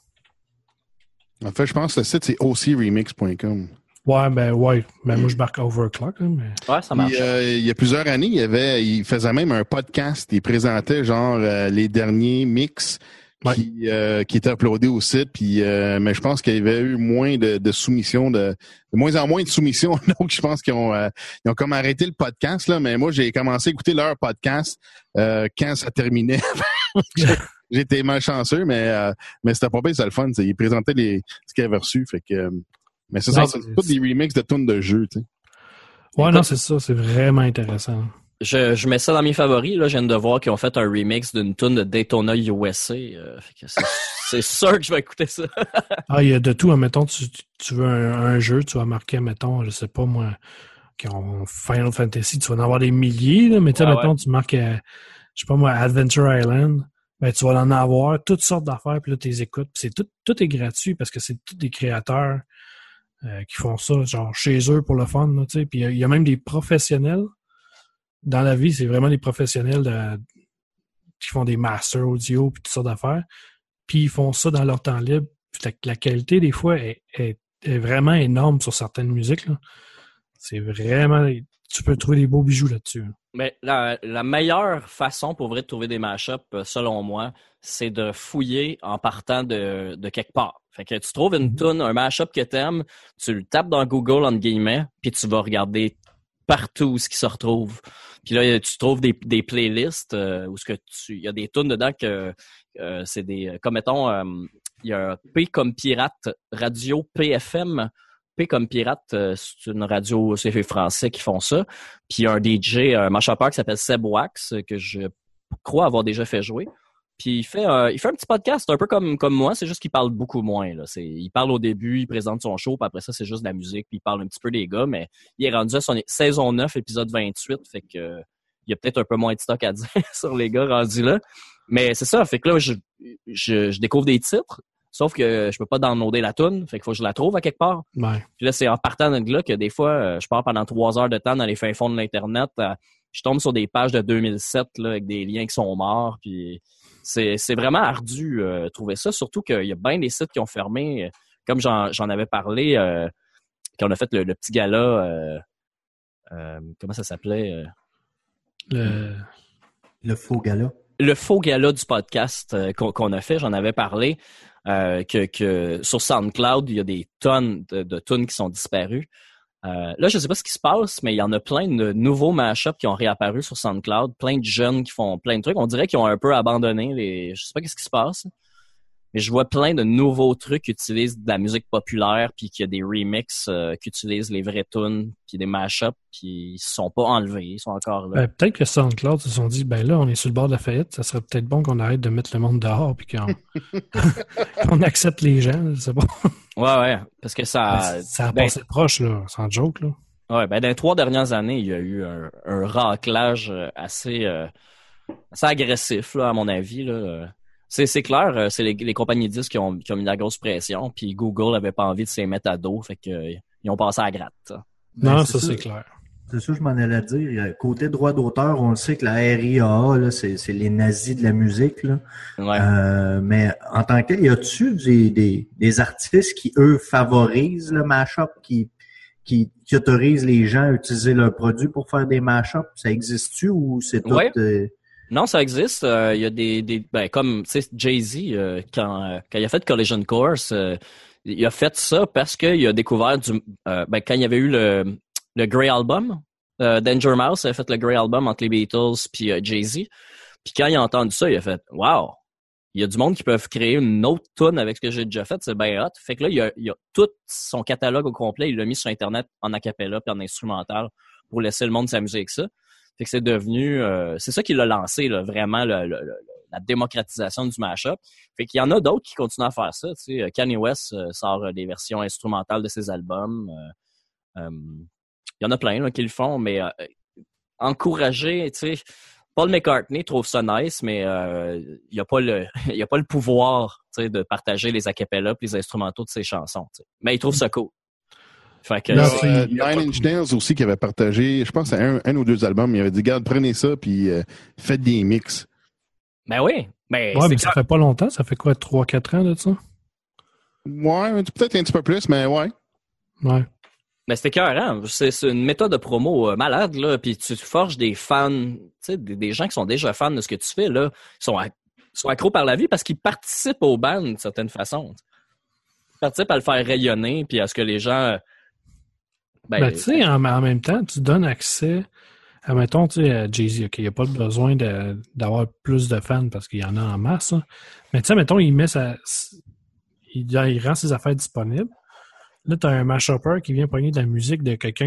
En fait, je pense que le site, c'est ocremix.com. Ouais. Mais moi, je marque Overclock. Là, mais... Ouais, ça marche. Il y a plusieurs années, il faisait même un podcast. Il présentait genre les derniers mix qui étaient uploadés au site. Puis, mais je pense qu'il y avait eu moins de soumissions, de moins en moins de soumissions. Donc, je pense qu'ils ont comme arrêté le podcast. Là, mais moi, j'ai commencé à écouter leur podcast quand ça terminait. J'étais malchanceux, mais c'était pas bien, c'était le fun. Ils présentaient ce qu'ils avaient reçu. Fait que, mais c'est ça, c'est pas des remixes de tunes de jeux. Tu sais. Ouais, non, c'est ça. C'est vraiment intéressant. Je mets ça dans mes favoris. Là, je viens de voir qu'ils ont fait un remix d'une tune de Daytona USA. C'est sûr que je vais écouter ça. Il y a de tout. Admettons, tu veux un jeu, tu vas marquer, mettons, je sais pas moi, Final Fantasy, tu vas en avoir des milliers, là, mais tu sais, mettons, tu marques, je sais pas moi, Adventure Island, ben, tu vas en avoir toutes sortes d'affaires, puis là, tu les écoutes. Puis tout est gratuit parce que c'est tous des créateurs qui font ça, genre chez eux pour le fun, tu sais. Puis il y a même des professionnels. Dans la vie, c'est vraiment des professionnels qui font des masters audio puis toutes sortes d'affaires. Puis ils font ça dans leur temps libre. Fait que la qualité, des fois, est est vraiment énorme sur certaines musiques, là. C'est vraiment... Tu peux trouver des beaux bijoux là-dessus. Mais la meilleure façon pour vrai de trouver des mashups, selon moi, c'est de fouiller en partant de quelque part. Fait que tu trouves une tune, un mashup que t'aimes, tu le tapes dans Google, entre guillemets, puis tu vas regarder partout ce qui se retrouve. Puis là, tu trouves des playlists où il y a des tunes dedans que c'est des... Comme mettons, il y a P comme Pirate, Radio PFM. P comme Pirate, c'est une radio, c'est les Français qui font ça. Puis il y a un DJ, un mashupper qui s'appelle Seb Wax, que je crois avoir déjà fait jouer. Puis il fait un petit podcast, un peu comme moi, c'est juste qu'il parle beaucoup moins. Là. Il parle au début, il présente son show, puis après ça, c'est juste de la musique, puis il parle un petit peu des gars, mais il est rendu à son saison 9, épisode 28, fait que il y a peut-être un peu moins de stock à dire sur les gars rendus là. Mais c'est ça, fait que là, je découvre des titres, sauf que je peux pas downloader la tune, fait qu'il faut que je la trouve à quelque part. Ouais. Puis là, c'est en partant de là que des fois, je pars pendant 3 heures de temps dans les fins fonds de l'Internet, je tombe sur des pages de 2007 là, avec des liens qui sont morts, puis c'est vraiment ardu trouver ça, surtout qu'il y a bien des sites qui ont fermé, comme j'en avais parlé quand on a fait le petit gala, comment ça s'appelait? Le faux gala. Le faux gala du podcast qu'on a fait, j'en avais parlé, que sur SoundCloud, il y a des tonnes de tunes qui sont disparues. Là, je sais pas ce qui se passe, mais il y en a plein de nouveaux mashups qui ont réapparu sur SoundCloud, plein de jeunes qui font plein de trucs. On dirait qu'ils ont un peu abandonné je sais pas qu'est-ce qui se passe, mais je vois plein de nouveaux trucs qui utilisent de la musique populaire, puis qu'il y a des remixes qui utilisent les vraies tunes, puis des mashups, puis ils se sont pas enlevés, ils sont encore là. Peut-être que SoundCloud se sont dit, ben là, on est sur le bord de la faillite, ça serait peut-être bon qu'on arrête de mettre le monde dehors, puis qu'on accepte les gens, c'est bon. Ouais, parce que ça a passé proche, là, sans joke, là. Ouais, dans les 3 dernières années, il y a eu un raclage assez agressif, là, à mon avis, là. C'est clair, c'est les compagnies de disques qui ont mis la grosse pression, puis Google avait pas envie de s'y mettre à dos, fait que ils ont passé à la gratte. Non, ça c'est clair. C'est ça, je m'en allais dire. Côté droit d'auteur, on le sait que la RIAA, là, c'est les nazis de la musique, là. Ouais. Mais en tant que tel, y a-tu des artistes qui, eux, favorisent le mashup, qui autorisent les gens à utiliser leurs produits pour faire des mashups? Ça existe-tu ou c'est tout... Ouais. Non, ça existe. Il y a comme, tu sais, Jay-Z, quand il a fait Collision Course, il a fait ça parce qu'il a découvert quand il y avait eu le Grey Album, Danger Mouse avait fait le Grey Album entre les Beatles puis Jay-Z. Puis quand il a entendu ça, il a fait « Wow! Il y a du monde qui peuvent créer une autre tune avec ce que j'ai déjà fait, c'est bien hot. » Fait que là, il a tout son catalogue au complet, il l'a mis sur Internet en acapella puis en instrumental pour laisser le monde s'amuser avec ça. Fait que c'est devenu... c'est ça qui l'a lancé, là, vraiment, la démocratisation du mashup. Fait qu'il y en a d'autres qui continuent à faire ça. Tu sais, Kanye West sort des versions instrumentales de ses albums. Il y en a plein là, qui le font, mais encourager, tu sais... Paul McCartney trouve ça nice, mais il a pas le pouvoir, tu sais, de partager les acapellas et les instrumentaux de ses chansons. Tu sais. Mais il trouve ça cool. Fait que Nine Inch Nails aussi qui avait partagé, je pense, un ou 2 albums. Il avait dit, regarde, prenez ça puis faites des mix. Ben oui. Mais ça fait pas longtemps. Ça fait quoi, 3-4 ans de ça? Ouais, peut-être un petit peu plus, mais ouais. Ouais. Mais c'était écœurant. C'est une méthode de promo malade, là. Puis tu forges des fans, tu sais, des gens qui sont déjà fans de ce que tu fais, là. Ils sont accros par la vie parce qu'ils participent au band d'une certaine façon. Ils participent à le faire rayonner puis à ce que les gens... tu sais, en même temps, tu donnes accès à, mettons, tu sais, Jay-Z, OK, il n'y a pas besoin d'avoir plus de fans parce qu'il y en a en masse, hein. Mais tu sais, mettons, il rend ses affaires disponibles. Là, tu as un mashupper qui vient pogner de la musique de quelqu'un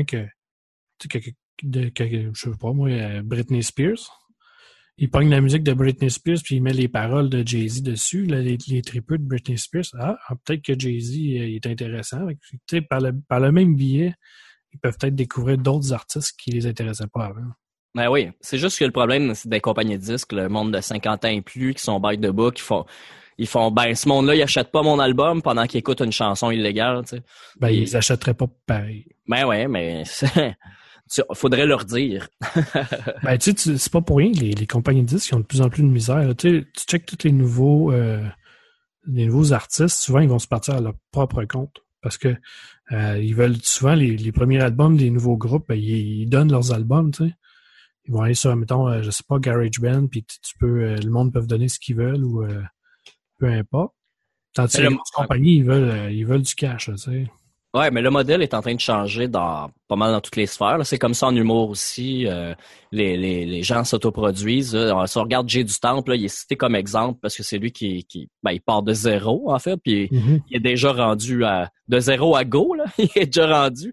je sais pas moi, Britney Spears. Il pogne la musique de Britney Spears puis il met les paroles de Jay-Z dessus, là, les tripeux de Britney Spears. Peut-être que Jay-Z est intéressant. Tu sais, par le même biais, ils peuvent peut-être découvrir d'autres artistes qui les intéressaient pas avant. Ben oui, c'est juste que le problème, c'est des compagnies de disques, le monde de 50 ans et plus, qui sont by the book, ils font ce monde-là, il achète pas mon album pendant qu'il écoute une chanson illégale, tu sais. Ils achèteraient pas pareil. Ben ouais, mais faudrait leur dire. Tu sais, c'est pas pour rien, les compagnies de disques qui ont de plus en plus de misère. Tu checkes tous les nouveaux artistes, souvent ils vont se partir à leur propre compte. Parce que ils veulent souvent les premiers albums des nouveaux groupes, ils donnent leurs albums, tu sais. Ils vont aller sur, mettons, je sais pas, GarageBand, puis le monde peut donner ce qu'ils veulent ou peu importe. Tandis que les compagnies, ils veulent du cash, là, tu sais. Ouais, mais le modèle est en train de changer pas mal dans toutes les sphères. Là. C'est comme ça en humour aussi. Les gens s'autoproduisent. Là. Si on regarde Jay du Temple, là, il est cité comme exemple parce que c'est lui qui il part de zéro, en fait, puis il est déjà rendu de zéro à go, là. Il est déjà rendu.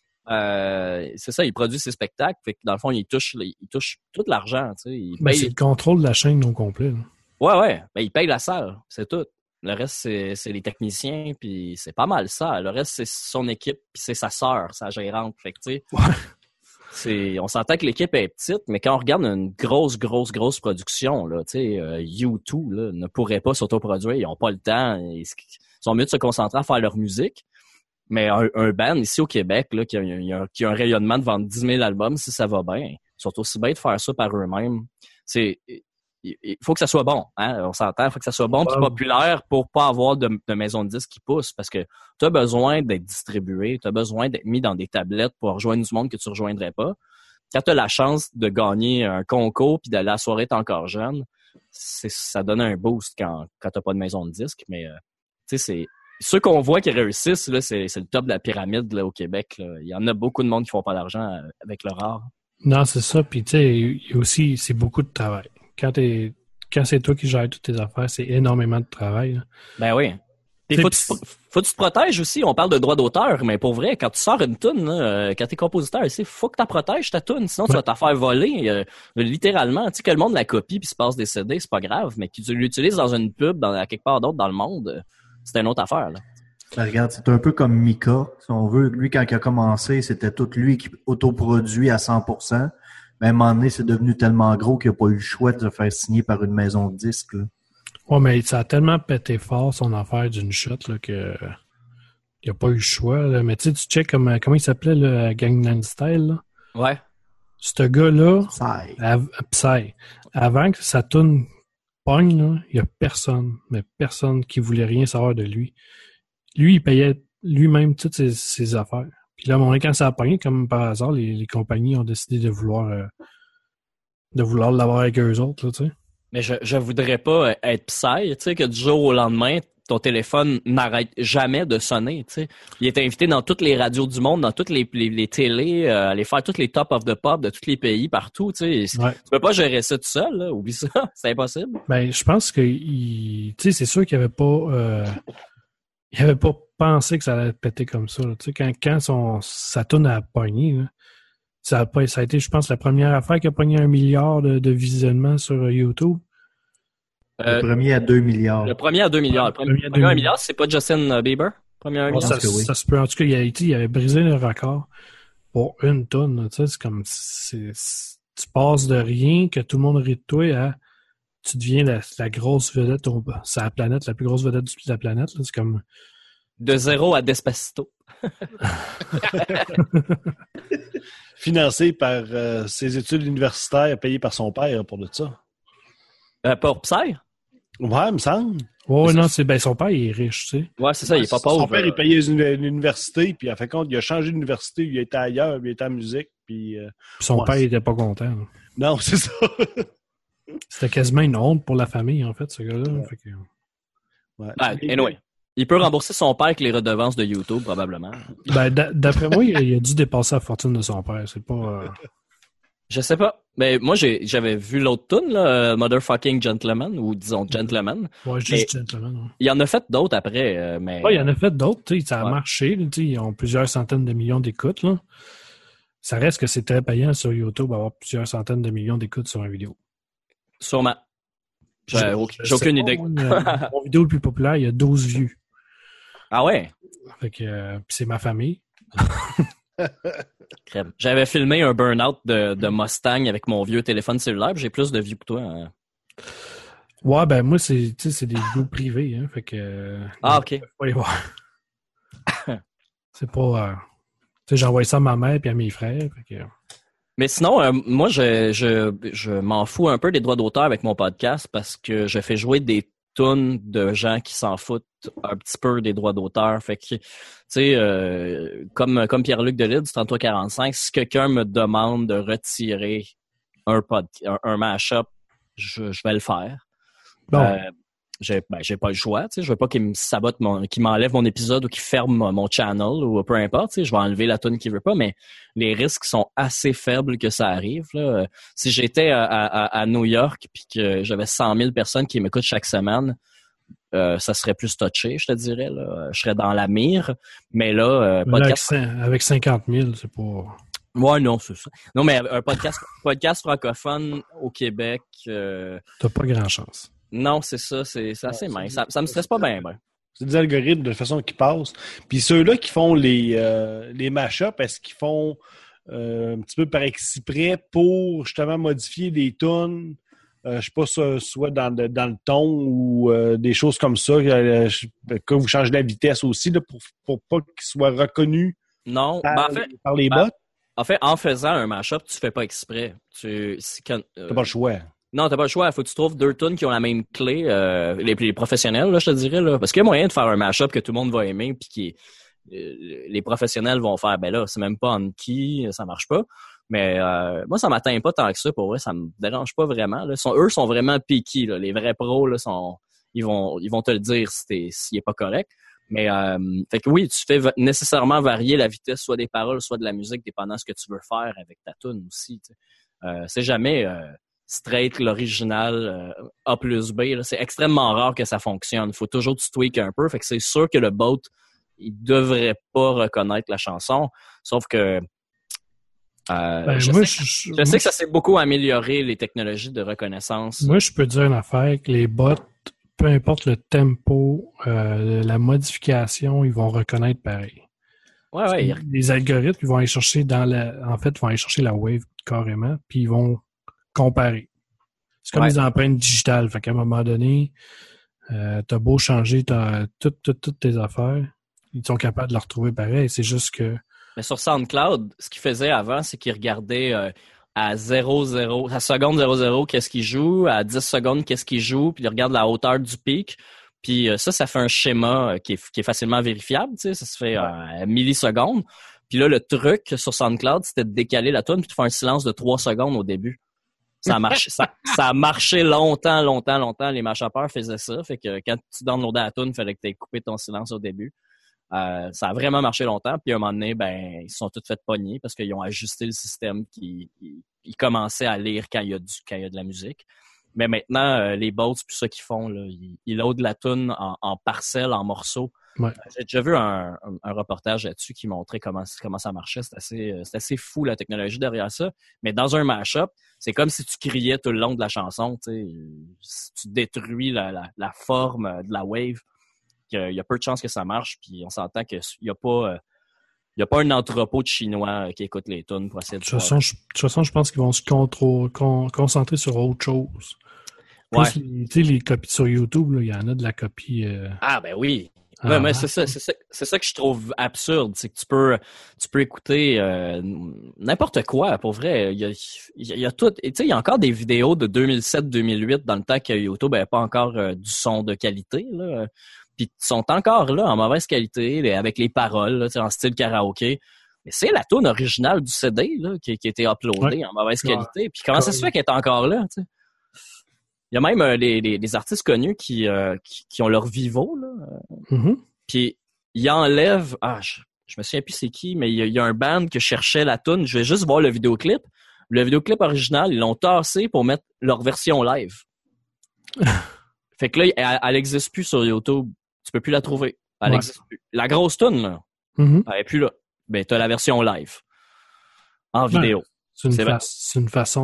C'est ça, il produit ses spectacles. Fait que dans le fond, il touche tout l'argent. Tu sais, c'est le contrôle de la chaîne au complet. Là. Ouais. Ben, il paye la salle, c'est tout. Le reste, c'est les techniciens, puis c'est pas mal ça. Le reste, c'est son équipe, puis c'est sa sœur, sa gérante. Fait que, tu sais, on s'entend que l'équipe est petite, mais quand on regarde une grosse production, là, tu sais, U2, là, ne pourrait pas s'autoproduire. Ils ont pas le temps. Ils sont mieux de se concentrer à faire leur musique. Mais un band ici au Québec, là, qui a un rayonnement de vendre 10 000 albums, si ça va bien, ils sont aussi bien de faire ça par eux-mêmes. Il faut que ça soit bon, hein? On s'entend, il faut que ça soit bon puis populaire pour pas avoir de maison de disques qui pousse parce que tu as besoin d'être distribué, tu as besoin d'être mis dans des tablettes pour rejoindre du monde que tu rejoindrais pas. Quand tu as la chance de gagner un concours puis d'aller à la soirée t'es encore jeune, ça donne un boost quand t'as pas de maison de disques, mais tu sais, c'est ceux qu'on voit qui réussissent, là, c'est le top de la pyramide là, au Québec. Là. Il y en a beaucoup de monde qui font pas d'argent avec leur art. Non, c'est ça. Puis tu sais, il y a aussi, c'est beaucoup de travail. Quand c'est toi qui gères toutes tes affaires, c'est énormément de travail. Là. Ben oui. Faut que tu te protèges aussi. On parle de droit d'auteur, mais pour vrai, quand tu sors une toune, quand t'es compositeur, il faut que tu protèges ta toune, sinon tu vas t'en faire voler. Littéralement, tu sais que le monde la copie puis se passe des CD, c'est pas grave, mais que tu l'utilises dans une pub, à quelque part d'autre dans le monde, c'est une autre affaire. Là. Ben, regarde, c'est un peu comme Mika, si on veut. Lui, quand il a commencé, c'était tout lui qui autoproduit à 100%. Mais à un moment donné, c'est devenu tellement gros qu'il n'a pas eu le choix de se faire signer par une maison de disques. Là. Ouais, mais ça a tellement pété fort son affaire d'une shot là, que il n'a pas eu le choix. Là. Mais tu sais, tu check comment il s'appelait le Gangnam Style. Là. Ouais. Ce gars-là, Psy, avant que sa toune pogne, là, il n'y a personne qui voulait rien savoir de lui. Lui, il payait lui-même toutes ses affaires. Puis là, quand ça a pogné, comme par hasard, les compagnies ont décidé de vouloir l'avoir avec eux autres, là, tu sais. Mais je voudrais pas être Psy, tu sais, que du jour au lendemain, ton téléphone n'arrête jamais de sonner, tu sais. Il est invité dans toutes les radios du monde, dans toutes les télés, aller faire tous les top of the pop de tous les pays, partout, tu sais. Ouais. Tu peux pas gérer ça tout seul, là. Oublie ça. C'est impossible. Ben, je pense que, tu sais, c'est sûr qu'il avait pas pensé que ça allait péter comme ça, là. Tu sais, quand sa toune a pogné, là, ça a été, je pense, la première affaire qui a pogné 1 milliard de visionnements sur YouTube. Le premier à 2 milliards. Le premier à 2 milliards. Le premier à 1 milliard, c'est pas Justin Bieber? Premier à 1 milliard? Ça se peut. En tout cas, il avait brisé le record pour une tonne. Tu sais, c'est comme tu passes de rien que tout le monde rit de toi à tu deviens la grosse vedette sur la planète, la plus grosse vedette de la planète. Là. C'est comme de zéro à Despacito. Financé par ses études universitaires payées par son père pour de ça. Pour Psy? Ouais, il me semble. Ouais, non, son père il est riche, tu sais. Ouais, c'est ça, il est pas pauvre. Son père, il payait une université, puis à fin de compte, il a changé d'université, il était ailleurs, il était en musique, puis son père, il était pas content. Là. Non, c'est ça. C'était quasiment une honte pour la famille, en fait, ce gars-là. Ouais. Fait que... Ouais. Anyway. Il peut rembourser son père avec les redevances de YouTube, probablement. Ben, d'après moi, il a dû dépasser la fortune de son père. C'est pas... Je sais pas. Mais moi, j'avais vu l'autre tune, là, Motherfucking Gentleman, ou disons Gentleman. Ouais, juste Gentleman. Ouais. Il y en a fait d'autres après, mais... Ouais, il y en a fait d'autres, tu sais, ça a marché, tu sais, ils ont plusieurs centaines de millions d'écoutes, là. Ça reste que c'est très payant sur YouTube avoir plusieurs centaines de millions d'écoutes sur une vidéo. Sûrement. J'ai aucune idée. Mon vidéo le plus populaire, il y a 12 vues. Ah ouais? Fait que, pis c'est ma famille. Crème. J'avais filmé un burn-out de Mustang avec mon vieux téléphone cellulaire, j'ai plus de vues que toi. Hein. Ouais, ben moi, c'est des vidéos privées, hein, fait que... OK. Faut les voir. C'est pas... tu sais, j'envoie ça à ma mère et à mes frères, fait que... Mais sinon, moi, je m'en fous un peu des droits d'auteur avec mon podcast parce que je fais jouer des tunes de gens qui s'en foutent un petit peu des droits d'auteur. Fait que, tu sais, comme Pierre-Luc Delisle du 3345, si quelqu'un me demande de retirer un mash-up, je vais le faire. Bon. J'ai pas le choix, tu sais, je veux pas qu'il me sabote qu'il m'enlève mon épisode ou qu'il ferme mon channel ou peu importe, tu sais, je vais enlever la tune qu'il veut pas, mais les risques sont assez faibles que ça arrive, là. Si j'étais à New York puis que j'avais 100 000 personnes qui m'écoutent chaque semaine, ça serait plus touché, je te dirais, là. Je serais dans la mire, mais là, podcast... avec 50 000, c'est pas... Ouais, non, c'est ça. Non, mais un podcast francophone au Québec... T'as pas grand chance. Non, c'est ça, c'est assez mince. Ça me stresse pas bien. C'est des algorithmes de façon qui passent. Puis ceux-là qui font les mash-ups, est-ce qu'ils font un petit peu par exprès pour justement modifier les tunes? Je sais pas, soit dans le ton ou des choses comme ça, que vous changez la vitesse aussi là, pour pas qu'ils soient reconnus par les bots? En fait, en faisant un mash-up, tu fais pas exprès. T'as pas le choix. Non, t'as pas le choix. Il faut que tu trouves 2 tunes qui ont la même clé, les professionnels, là, je te dirais, là. Parce qu'il y a moyen de faire un mash-up que tout le monde va aimer, puis les professionnels vont faire, ben là, c'est même pas on key, ça marche pas. Mais moi, ça m'atteint pas tant que ça, pour vrai, ça me dérange pas vraiment. Là. Eux sont vraiment picky, là. Les vrais pros, là, ils vont te le dire s'il est pas correct. Mais fait que oui, tu fais nécessairement varier la vitesse, soit des paroles, soit de la musique, dépendant de ce que tu veux faire avec ta tune aussi. C'est jamais straight l'original A plus B. Là. C'est extrêmement rare que ça fonctionne. Il faut toujours que tu tweaks un peu. Fait que c'est sûr que le bot, il devrait pas reconnaître la chanson. Sauf que je sais que ça s'est beaucoup amélioré, les technologies de reconnaissance. Moi, je peux dire une affaire, que les bots, peu importe le tempo, la modification, ils vont reconnaître pareil. Ouais. Les algorithmes, ils vont aller chercher vont aller chercher la wave carrément, puis ils vont comparer. C'est comme les empreintes digitales. Fait qu'à un moment donné, t'as beau changer toutes tes affaires, ils sont capables de le retrouver pareil. C'est juste que... Mais sur SoundCloud, ce qu'ils faisaient avant, c'est qu'ils regardaient à 0,0, à seconde 0,0, qu'est-ce qu'il joue, à 10 secondes, qu'est-ce qu'il joue, puis ils regardent la hauteur du pic. Puis ça fait un schéma qui est facilement vérifiable, tu sais, ça se fait à millisecondes. Puis là, le truc sur SoundCloud, c'était de décaler la tune puis de faire un silence de 3 secondes au début. Ça a marché longtemps. Les mash-uppers faisaient ça. Fait que quand tu downloadais la tune, il fallait que tu aies coupé ton silence au début. Ça a vraiment marché longtemps. Puis à un moment donné, ils se sont tous fait pogner parce qu'ils ont ajusté le système qui commençait à lire quand il y a de la musique. Mais maintenant, les bots, puis ça qu'ils font, là, ils loadent la tune en parcelles, en morceaux. Ouais. J'ai déjà vu un reportage là-dessus qui montrait comment ça marchait. C'est assez fou, la technologie derrière ça. Mais dans un mash-up, c'est comme si tu criais tout le long de la chanson. Si tu détruis la forme de la wave, il y a peu de chances que ça marche. Puis on s'entend qu'il n'y a pas un entrepôt de Chinois qui écoute les tunes pour essayer de... De toute façon, je pense qu'ils vont se concentrer sur autre chose. Plus, les copies sur YouTube, il y en a de la copie... Ah, ben oui! Ouais, mais c'est ça que je trouve absurde, c'est que tu peux écouter n'importe quoi, pour vrai. Il y a tout, et tu sais, il y a encore des vidéos de 2007-2008 dans le temps que YouTube n'avait pas encore du son de qualité, là. Puis ils sont encore là en mauvaise qualité, avec les paroles, là, en style karaoké. Mais c'est la tune originale du CD là, qui a été uploadée en mauvaise qualité. Puis comment ça se fait qu'elle est encore là, tu sais? Il y a même des artistes connus qui ont leur Vivo, là. Mm-hmm. Puis ils enlèvent... je me souviens plus c'est qui, mais il y a un band qui cherchait la tune. Je vais juste voir le vidéoclip. Le vidéoclip original, ils l'ont tassé pour mettre leur version live. Fait que là, elle existe plus sur YouTube. Tu peux plus la trouver. Elle existe plus. La grosse tune, là, elle est plus là. Ben, t'as la version live. En vidéo. C'est une façon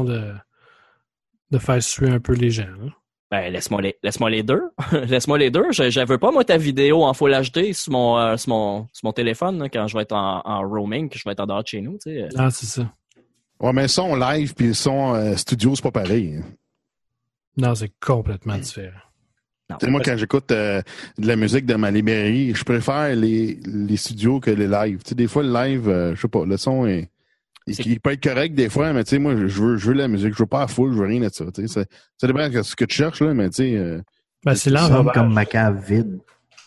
de faire suer un peu les gens. Hein? Ben, laisse-moi les deux. Laisse-moi les deux. Je veux pas, moi, ta vidéo en Full HD sur mon téléphone, là, quand je vais être en roaming, que je vais être en dehors de chez nous, tu sais. Ah, c'est ça. Ouais, mais le son live puis le son studio, c'est pas pareil. Hein. Non, c'est complètement différent. Moi, quand j'écoute de la musique dans ma librairie, je préfère les studios que les lives. Tu sais, des fois, le live, je sais pas, le son il peut être correct des fois, mais tu sais, moi, je veux la musique. Je veux pas la foule, je veux rien de ça. Tu sais, ça dépend de ce que tu cherches, là, mais tu sais... Ben, c'est Ça sonne l'enrobage. comme ma cave vide.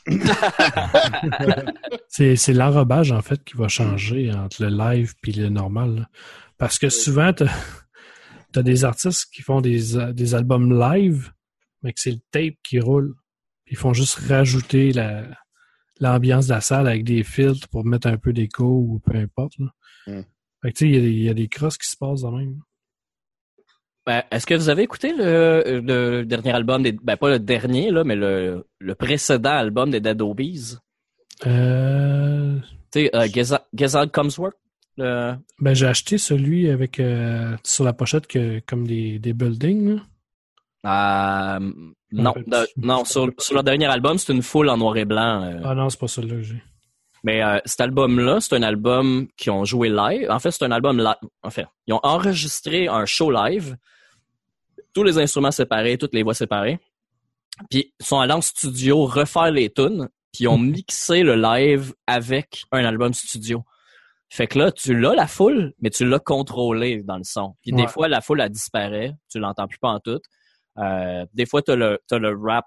C'est l'enrobage, en fait, qui va changer entre le live et le normal. Là. Parce que souvent, t'as des artistes qui font des albums live, mais que c'est le tape qui roule. Ils font juste rajouter l'ambiance de la salle avec des filtres pour mettre un peu d'écho ou peu importe. Là. Fait que tu sais, il y a des crosses qui se passent de même. Ben, est-ce que vous avez écouté le dernier album pas le dernier, là, mais le précédent album des Dead Obies? Tu sais, Gezald Comsworth? Ben, j'ai acheté celui avec sur la pochette comme des buildings. Là. Non, sur leur dernier album, c'est une foule en noir et blanc. Ah non, c'est pas celui-là que j'ai. Mais cet album-là, c'est un album qu'ils ont joué live. En fait, c'est un album live. En fait, ils ont enregistré un show live, tous les instruments séparés, toutes les voix séparées. Puis ils sont allés en studio refaire les tunes, puis ils ont mixé le live avec un album studio. Fait que là, tu l'as la foule, mais tu l'as contrôlé dans le son. Puis des fois, la foule, elle disparaît, tu l'entends plus pas en tout. Des fois, t'as le rap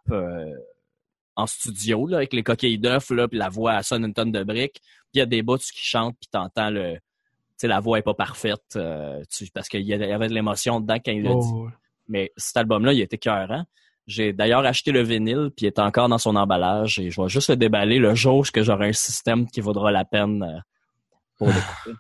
en studio là, avec les coquilles d'œufs, là, puis la voix elle sonne une tonne de briques. Puis il y a des bouts qui chantent, puis t'entends tu sais, la voix est pas parfaite parce qu'il y avait de l'émotion dedans quand il l'a dit. Ouais. Mais cet album-là, il était écœurant. J'ai d'ailleurs acheté le vinyle, puis il est encore dans son emballage, et je vais juste le déballer le jour où j'aurai un système qui vaudra la peine pour l'écouter.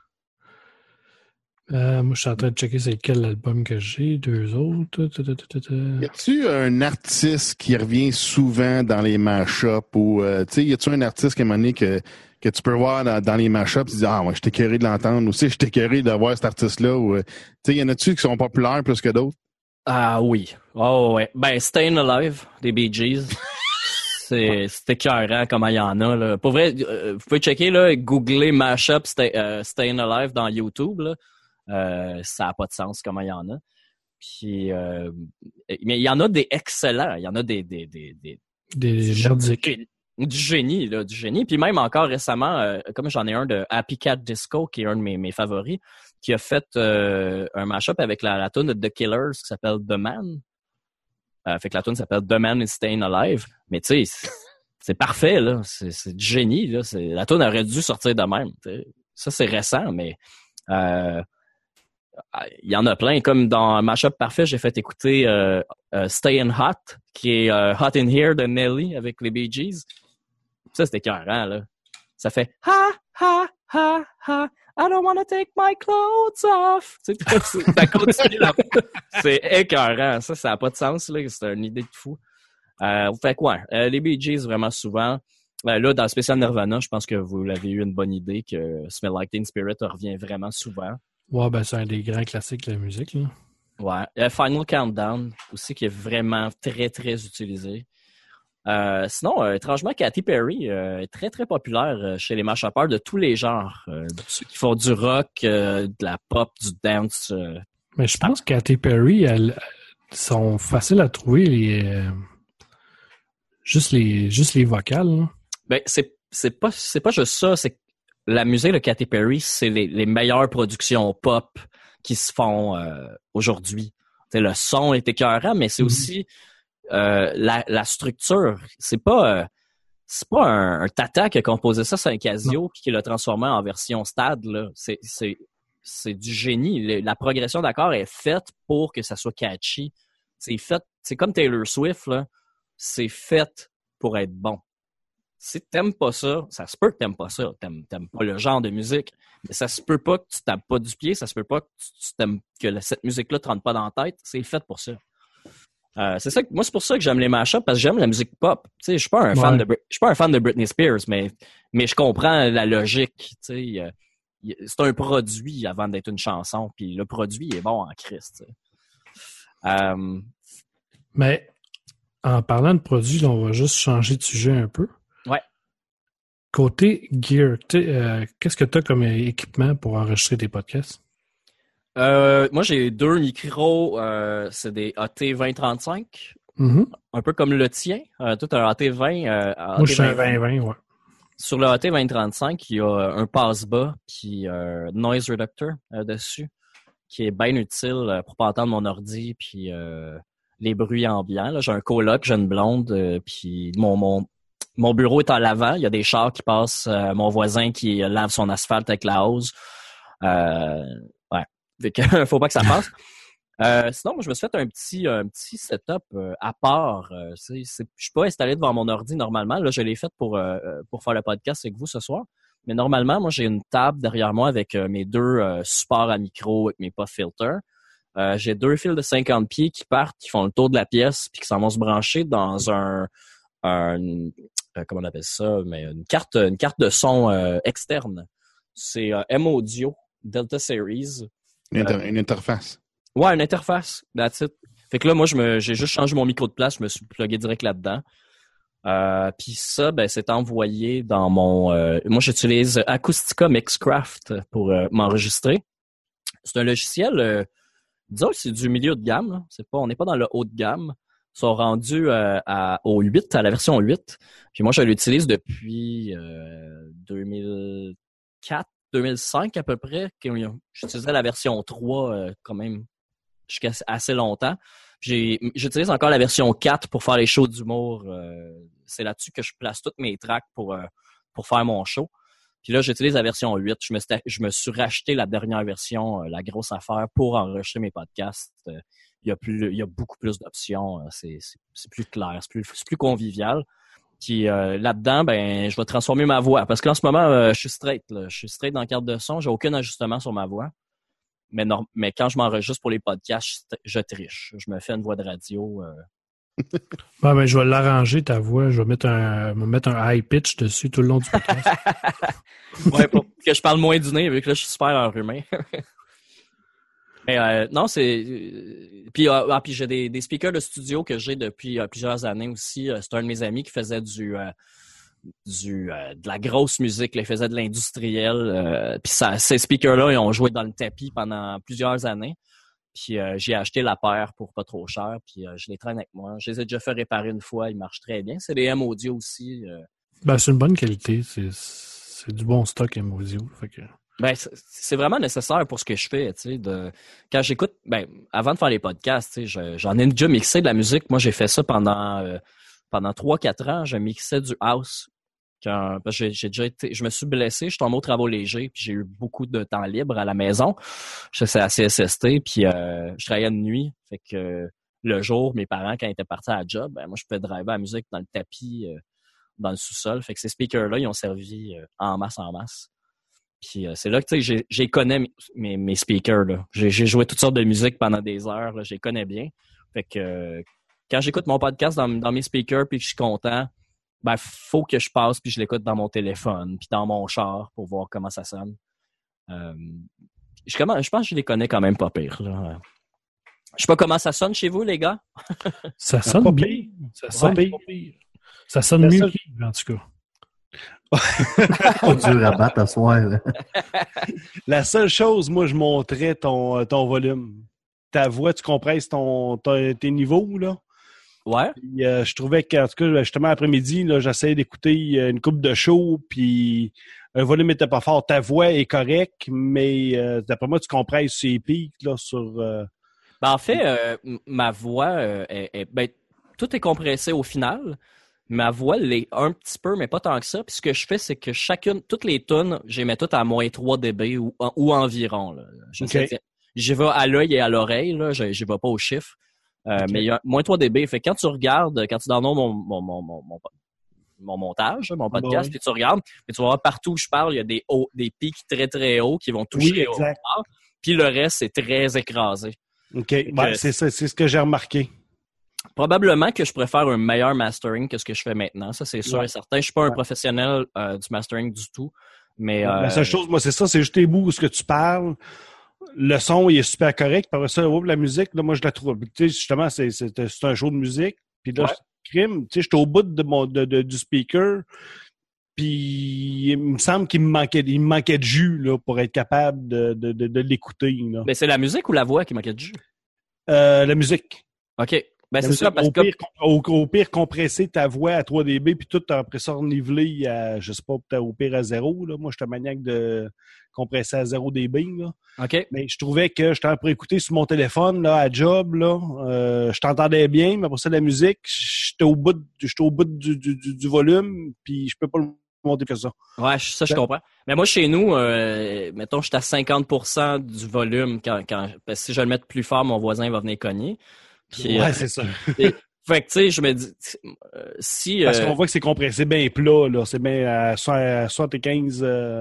Moi, je suis en train de checker c'est quel album que j'ai. 2 autres. Y a-tu un artiste qui revient souvent dans les mashups ou, tu sais, y a-tu un artiste qui m'a dit que tu peux voir dans les mashups, tu dis, ah, ouais, je t'ai écœuré de l'entendre, ou si je t'ai écœuré de voir cet artiste-là, ou, tu sais, y en a-tu qui sont populaires plus que d'autres? Ah oui. Oh ouais. Ben, Stayin' Alive, des Bee Gees. C'est écœurant comment il y en a, là. Pour vrai, vous pouvez checker, là, googler mashup Stayin' Alive dans YouTube, là. Ça n'a pas de sens comment il y en a. Puis, mais il y en a des excellents. Il y en a des merdiques. Du génie, là, du génie. Puis même encore récemment, comme j'en ai un de Happy Cat Disco, qui est un de mes favoris, qui a fait un mashup avec la tune de The Killers qui s'appelle The Man. Fait que la tune s'appelle The Man is Staying Alive. Mais tu sais, c'est parfait, là. C'est du génie, là. La tune aurait dû sortir de même. T'sais. Ça, c'est récent, mais il y en a plein. Comme dans Mashup Parfait, j'ai fait écouter Stayin' Hot, qui est Hot in Here de Nelly avec les Bee Gees. Ça, c'était écœurant, là. Ça fait ha, ha, ha, ha, I don't wanna take my clothes off. Tu sais, ça continue là. C'est écœurant. Ça n'a pas de sens, là. C'est une idée de fou. Fait quoi? Les Bee Gees, vraiment souvent. Là, dans le spécial Nirvana, je pense que vous l'avez eu une bonne idée que Smell Like Teen Spirit revient vraiment souvent. Ouais, ben c'est un des grands classiques de la musique, là. Ouais. Final Countdown aussi, qui est vraiment très, très utilisé. Sinon, étrangement, Katy Perry est très, très populaire chez les mashuppers de tous les genres. Ceux qui font du rock, de la pop, du dance. Mais je pense que Katy Perry, elles sont faciles à trouver, juste les vocales. Là. Ben, c'est pas juste ça, c'est que la musique de Katy Perry, c'est les meilleures productions pop qui se font aujourd'hui. T'sais, le son est écœurant, mais c'est aussi la structure. C'est pas un Tata qui a composé ça sur un Casio puis qui l'a transformé en version stade. Là. C'est du génie. La progression d'accords est faite pour que ça soit catchy. C'est comme Taylor Swift, là. C'est fait pour être bon. Si t'aimes pas ça, ça se peut que t'aimes pas ça. T'aimes pas le genre de musique, mais ça se peut pas que tu tapes pas du pied, ça se peut pas que tu t'aimes que cette musique-là te rentre pas dans la tête. C'est fait pour ça. Moi, c'est pour ça que j'aime les mashups, parce que j'aime la musique pop. Tu sais, je suis pas un fan de Britney Spears, mais je comprends la logique. Tu sais, c'est un produit avant d'être une chanson, puis le produit est bon en Christ. Mais en parlant de produits, là, on va juste changer de sujet un peu. Ouais. Côté gear, qu'est-ce que tu as comme équipement pour enregistrer tes podcasts? Moi, j'ai 2 micros. C'est des AT2035. Mm-hmm. Un peu comme le tien. Tout un AT20. Moi, je suis un 20-20, ouais. Sur le AT2035, il y a un passe-bas puis un noise reductor dessus qui est bien utile pour pas entendre mon ordi puis les bruits ambiants. Là. J'ai un coloc, j'ai une blonde, puis mon bureau est en l'avant. Il y a des chars qui passent. Mon voisin qui lave son asphalte avec la hose. Ouais. Fait que, faut pas que ça passe. Sinon, moi, je me suis fait un petit setup à part. Je suis pas installé devant mon ordi normalement. Là, je l'ai fait pour faire le podcast avec vous ce soir. Mais normalement, moi, j'ai une table derrière moi avec mes deux supports à micro avec mes pop filters. J'ai 2 fils de 50 pieds qui partent, qui font le tour de la pièce, puis qui s'en vont se brancher dans un comment on appelle ça, mais une carte de son externe. C'est M-Audio Delta Series. Une interface. Ouais, une interface. That's it. Fait que là, moi, j'ai juste changé mon micro de place, je me suis plugué direct là-dedans. Puis ça, ben, c'est envoyé dans mon... moi, j'utilise Acoustica Mixcraft pour m'enregistrer. C'est un logiciel, disons que c'est du milieu de gamme. Là. On n'est pas dans le haut de gamme. Ils sont rendus au 8, à la version 8. Puis moi, je l'utilise depuis 2004, 2005 à peu près. J'utilisais la version 3 quand même jusqu'à assez longtemps. J'utilise encore la version 4 pour faire les shows d'humour. C'est là-dessus que je place toutes mes tracks pour faire mon show. Puis là, j'utilise la version 8. Je me suis racheté la dernière version, la grosse affaire, pour enregistrer mes podcasts. Il y a beaucoup plus d'options. C'est plus clair, c'est plus convivial. Puis là-dedans, ben, je vais transformer ma voix. Parce qu'en ce moment, je suis straight. Là. Je suis straight dans la carte de son. J'ai aucun ajustement sur ma voix. Mais quand je m'enregistre pour les podcasts, je triche. Je me fais une voix de radio. Ben, je vais l'arranger, ta voix. Je vais mettre un high pitch dessus tout le long du podcast. Ouais, pour que je parle moins du nez, vu que là, je suis super enrhumé. Mais non, c'est... Puis j'ai des speakers de studio que j'ai depuis plusieurs années aussi. C'est un de mes amis qui faisait de la grosse musique, là. Il faisait de l'industriel. Puis ces speakers-là, ils ont joué dans le tapis pendant plusieurs années. Puis j'ai acheté la paire pour pas trop cher. Puis je les traîne avec moi. Je les ai déjà fait réparer une fois. Ils marchent très bien. C'est des M-Audio aussi. Ben, c'est une bonne qualité. C'est du bon stock M-Audio. Fait que... Ben, c'est vraiment nécessaire pour ce que je fais, tu sais, quand j'écoute, ben, avant de faire les podcasts, tu sais, j'en ai déjà mixé de la musique. Moi, j'ai fait ça pendant 3-4 ans. Je mixais du house. Parce que je me suis blessé, je suis tombé aux travaux légers, puis j'ai eu beaucoup de temps libre à la maison. Je faisais à CSST, puis je travaillais de nuit. Fait que le jour, mes parents, quand ils étaient partis à la job, ben, moi, je pouvais driver la musique dans le tapis, dans le sous-sol. Fait que ces speakers-là, ils ont servi en masse. Puis c'est là que tu sais, j'ai connais mes speakers. Là. J'ai joué toutes sortes de musique pendant des heures. Là, je les connais bien. Fait que quand j'écoute mon podcast dans mes speakers puis que je suis content, ben faut que je passe puis je l'écoute dans mon téléphone puis dans mon char pour voir comment ça sonne. Je pense que je les connais quand même pas pire. Là. Je sais pas comment ça sonne chez vous, les gars. Ça sonne bien. Ça sonne pas pire. Ça sonne mieux qu'Yves, en tout cas. Pas dur à battre à soir. Là. La seule chose, moi, je montrais ton volume. Ta voix, tu compresses tes niveaux, là. Ouais. Puis, je trouvais qu'en tout cas, justement, après-midi, là, j'essayais d'écouter une coupe de show, puis le volume était pas fort. Ta voix est correcte, mais d'après moi, tu compresses ses pics, là, sur... Ben, en fait, ma voix, ben, tout est compressé au final. Ma voix l'est un petit peu, mais pas tant que ça. Puis ce que je fais, c'est que toutes les tunes, je les mets toutes à moins 3 dB ou environ. Là. J'y vais à l'œil et à l'oreille, là. J'y vais pas au chiffre. Mais il y a moins 3 dB. Fait que quand tu downloads mon montage, mon podcast, puis tu regardes, puis tu vas voir partout où je parle, il y a des pics très très hauts qui vont toucher au bord. Puis le reste, c'est très écrasé. OK. Ouais, c'est ça, c'est ce que j'ai remarqué. Probablement que je pourrais faire un meilleur mastering que ce que je fais maintenant. Ça, c'est sûr et certain. Je suis pas un professionnel du mastering du tout. Mais la seule chose, moi, c'est ça, c'est juste les bouts où ce que tu parles. Le son, il est super correct. Par ça, la musique, là, moi, je la trouve. Tu sais, justement, c'est un show de musique. Puis là, crime, tu sais, j'étais au bout du speaker. Puis il me semble qu'il me manquait de jus là, pour être capable de l'écouter. Là. Mais c'est la musique ou la voix qui manquait de jus? La musique. OK. Ben, c'est ça, parce que... Au pire, compresser ta voix à 3 dB, puis tout après ça nivelé à, je sais pas, peut-être au pire à 0. Là. Moi, je suis un maniaque de compressé à 0 dB, là. OK. Mais je trouvais que j'étais pour écouter sur mon téléphone, là, à job, là. Je t'entendais bien, mais pour ça, la musique, j'étais au bout du volume, puis je peux pas le monter que ça. Ouais, ça, je comprends. Mais moi, chez nous, mettons, j'étais à 50% du volume parce que si je le mets plus fort, mon voisin va venir cogner. Puis, ouais, c'est ça. Fait que, tu sais, je me dis, si... Parce qu'on voit que c'est compressé bien plat, là. C'est bien à 75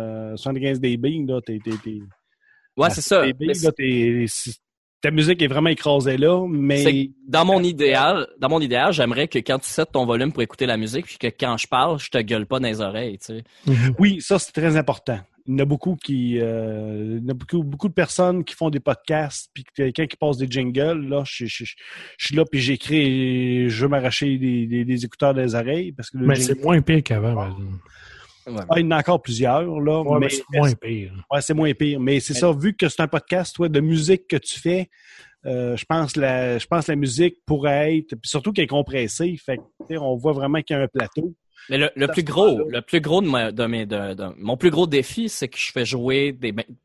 dB, là. Ouais, c'est ça. dB, là, ta musique est vraiment écrasée là, mais... Dans mon idéal, j'aimerais que quand tu sets ton volume pour écouter la musique, puis que quand je parle, je te gueule pas dans les oreilles, tu sais. Oui, ça, c'est très important. Il y en a beaucoup il y a beaucoup de personnes qui font des podcasts, puis quelqu'un qui passe des jingles, là, je suis là, puis j'écris, je veux m'arracher des écouteurs dans les oreilles, parce que mais c'est moins pire qu'avant. Ouais. Il y en a encore plusieurs, là. Ouais, mais c'est moins pire. Ouais, c'est moins pire. Mais c'est ça, vu que c'est un podcast, toi, de musique que tu fais, je pense la musique pourrait être, puis surtout qu'elle est compressée, fait que, on voit vraiment qu'il y a un plateau. Mais le plus gros de mon plus gros défi, c'est que je fais jouer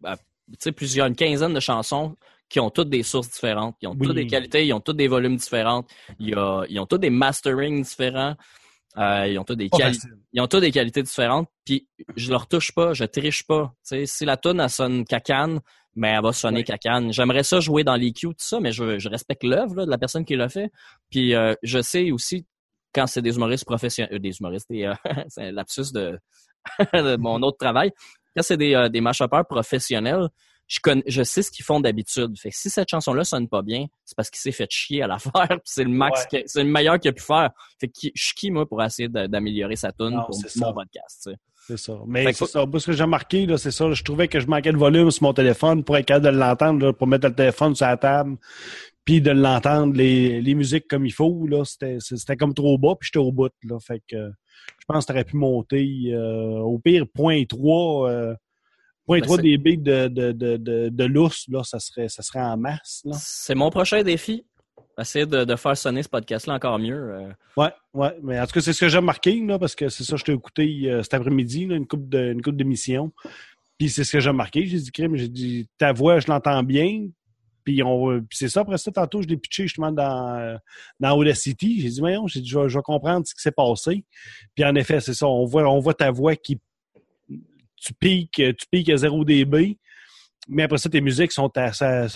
une quinzaine de chansons qui ont toutes des sources différentes, qui ont toutes des qualités, ils ont toutes des volumes différents, ils ont tous des masterings différents, ils ont tous des qualités différentes, puis je leur touche pas, je triche pas. Tu sais, si la tune elle sonne cacane, mais elle va sonner cacane. J'aimerais ça jouer dans l'EQ, tout ça, mais je respecte l'œuvre là, de la personne qui l'a fait. Puis je sais aussi quand c'est des humoristes professionnels, c'est un lapsus de mon autre travail. Quand c'est des mash-uppers professionnels, je sais ce qu'ils font d'habitude. Fait que si cette chanson-là sonne pas bien, c'est parce qu'il s'est fait chier à la faire, puis c'est le max, c'est le meilleur qu'il a pu faire. Fait que je suis qui, moi, pour essayer d'améliorer sa tune pour mon podcast, tu sais. C'est ça. Mais c'est ça. Ce que j'ai remarqué, là, c'est ça. Je trouvais que je manquais de volume sur mon téléphone pour être capable de l'entendre, là, pour mettre le téléphone sur la table, puis de l'entendre, les musiques comme il faut, là. C'était comme trop bas, puis j'étais au bout, là. Fait que je pense que t'aurais pu monter, au pire, 0.3 dB de lousse, là, ça serait en masse, là. C'est mon prochain défi. Essayer de faire sonner ce podcast-là encore mieux. Ouais. Mais en tout cas, c'est ce que j'ai remarqué, là, parce que c'est ça, je t'ai écouté cet après-midi, là, une couple d'émissions. Puis c'est ce que j'ai remarqué. J'ai dit, ta voix, je l'entends bien. Puis c'est ça, après ça, tantôt, je l'ai pitché justement dans Audacity. J'ai dit, voyons, je vais comprendre ce qui s'est passé. Puis en effet, c'est ça, on voit ta voix qui... Tu piques à 0 dB. Mais après ça, tes musiques sont à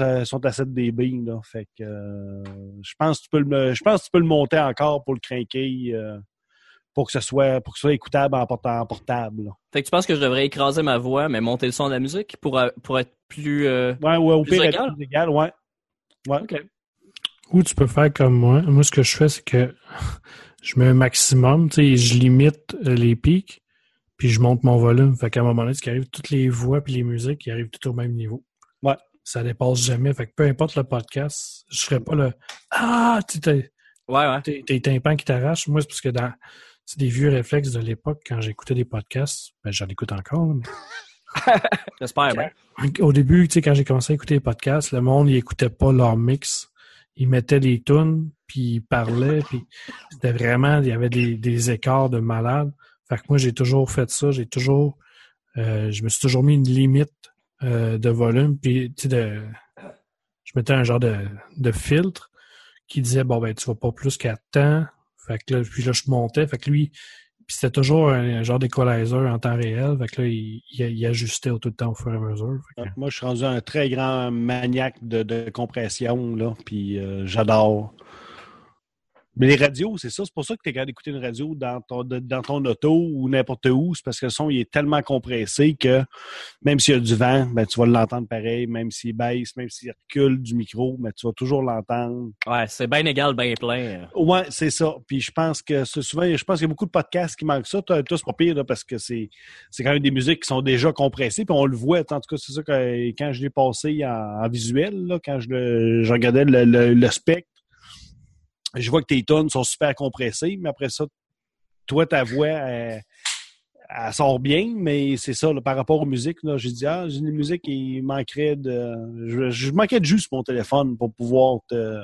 7 dB, là. Fait que je pense que tu peux le monter encore pour le cranker pour que ce soit écoutable en portable, là. Fait que tu penses que je devrais écraser ma voix, mais monter le son de la musique pour être plus au plus pire égal? être plus égal, ouais. OK. Ou tu peux faire comme moi. Moi, ce que je fais, c'est que je mets un maximum, tu sais, je limite les pics. Puis je monte mon volume. Fait qu'à un moment donné, ce qui arrive, toutes les voix puis les musiques, qui arrivent tout au même niveau. Ouais. Ça dépasse jamais. Fait que peu importe le podcast, je ferais pas le « Ah! » tu sais, tes tympans qui t'arrachent. Moi, c'est parce que c'est des vieux réflexes de l'époque, quand j'écoutais des podcasts, ben j'en écoute encore. Mais... J'espère bien. Au début, tu sais, quand j'ai commencé à écouter les podcasts, le monde, il écoutait pas leur mix. Ils mettaient les tunes, puis ils parlaient, puis c'était vraiment... Il y avait des écarts de malade. Fait que moi, j'ai toujours fait ça. Je me suis toujours mis une limite de volume. Puis, tu sais, je mettais un genre de filtre qui disait, bon, ben, tu vas pas plus qu'à temps. Fait que là, puis là, je montais. Fait que lui, puis c'était toujours un genre d'équalizer en temps réel. Fait que là, il ajustait tout le temps au fur et à mesure. Fait que... Moi, je suis rendu un très grand maniaque de compression, là. Puis, j'adore. Mais les radios, c'est ça. C'est pour ça que tu es capable d'écouter une radio dans ton auto ou n'importe où. C'est parce que le son il est tellement compressé que même s'il y a du vent, ben, tu vas l'entendre pareil. Même s'il baisse, même s'il recule du micro, ben, tu vas toujours l'entendre. Ouais, c'est bien égal, bien plein. Ouais, c'est ça. Puis je pense que souvent, qu'il y a beaucoup de podcasts qui manquent ça. Toi, c'est pas pire là, parce que c'est quand même des musiques qui sont déjà compressées. Puis on le voit. En tout cas, c'est ça que quand je l'ai passé en visuel, là, quand je regardais le spectre, je vois que tes tonnes sont super compressées, mais après ça, toi, ta voix, elle sort bien, mais c'est ça, là, par rapport aux musiques, là, j'ai dit, j'ai une musique, il manquerait je manquais de jus sur mon téléphone pour pouvoir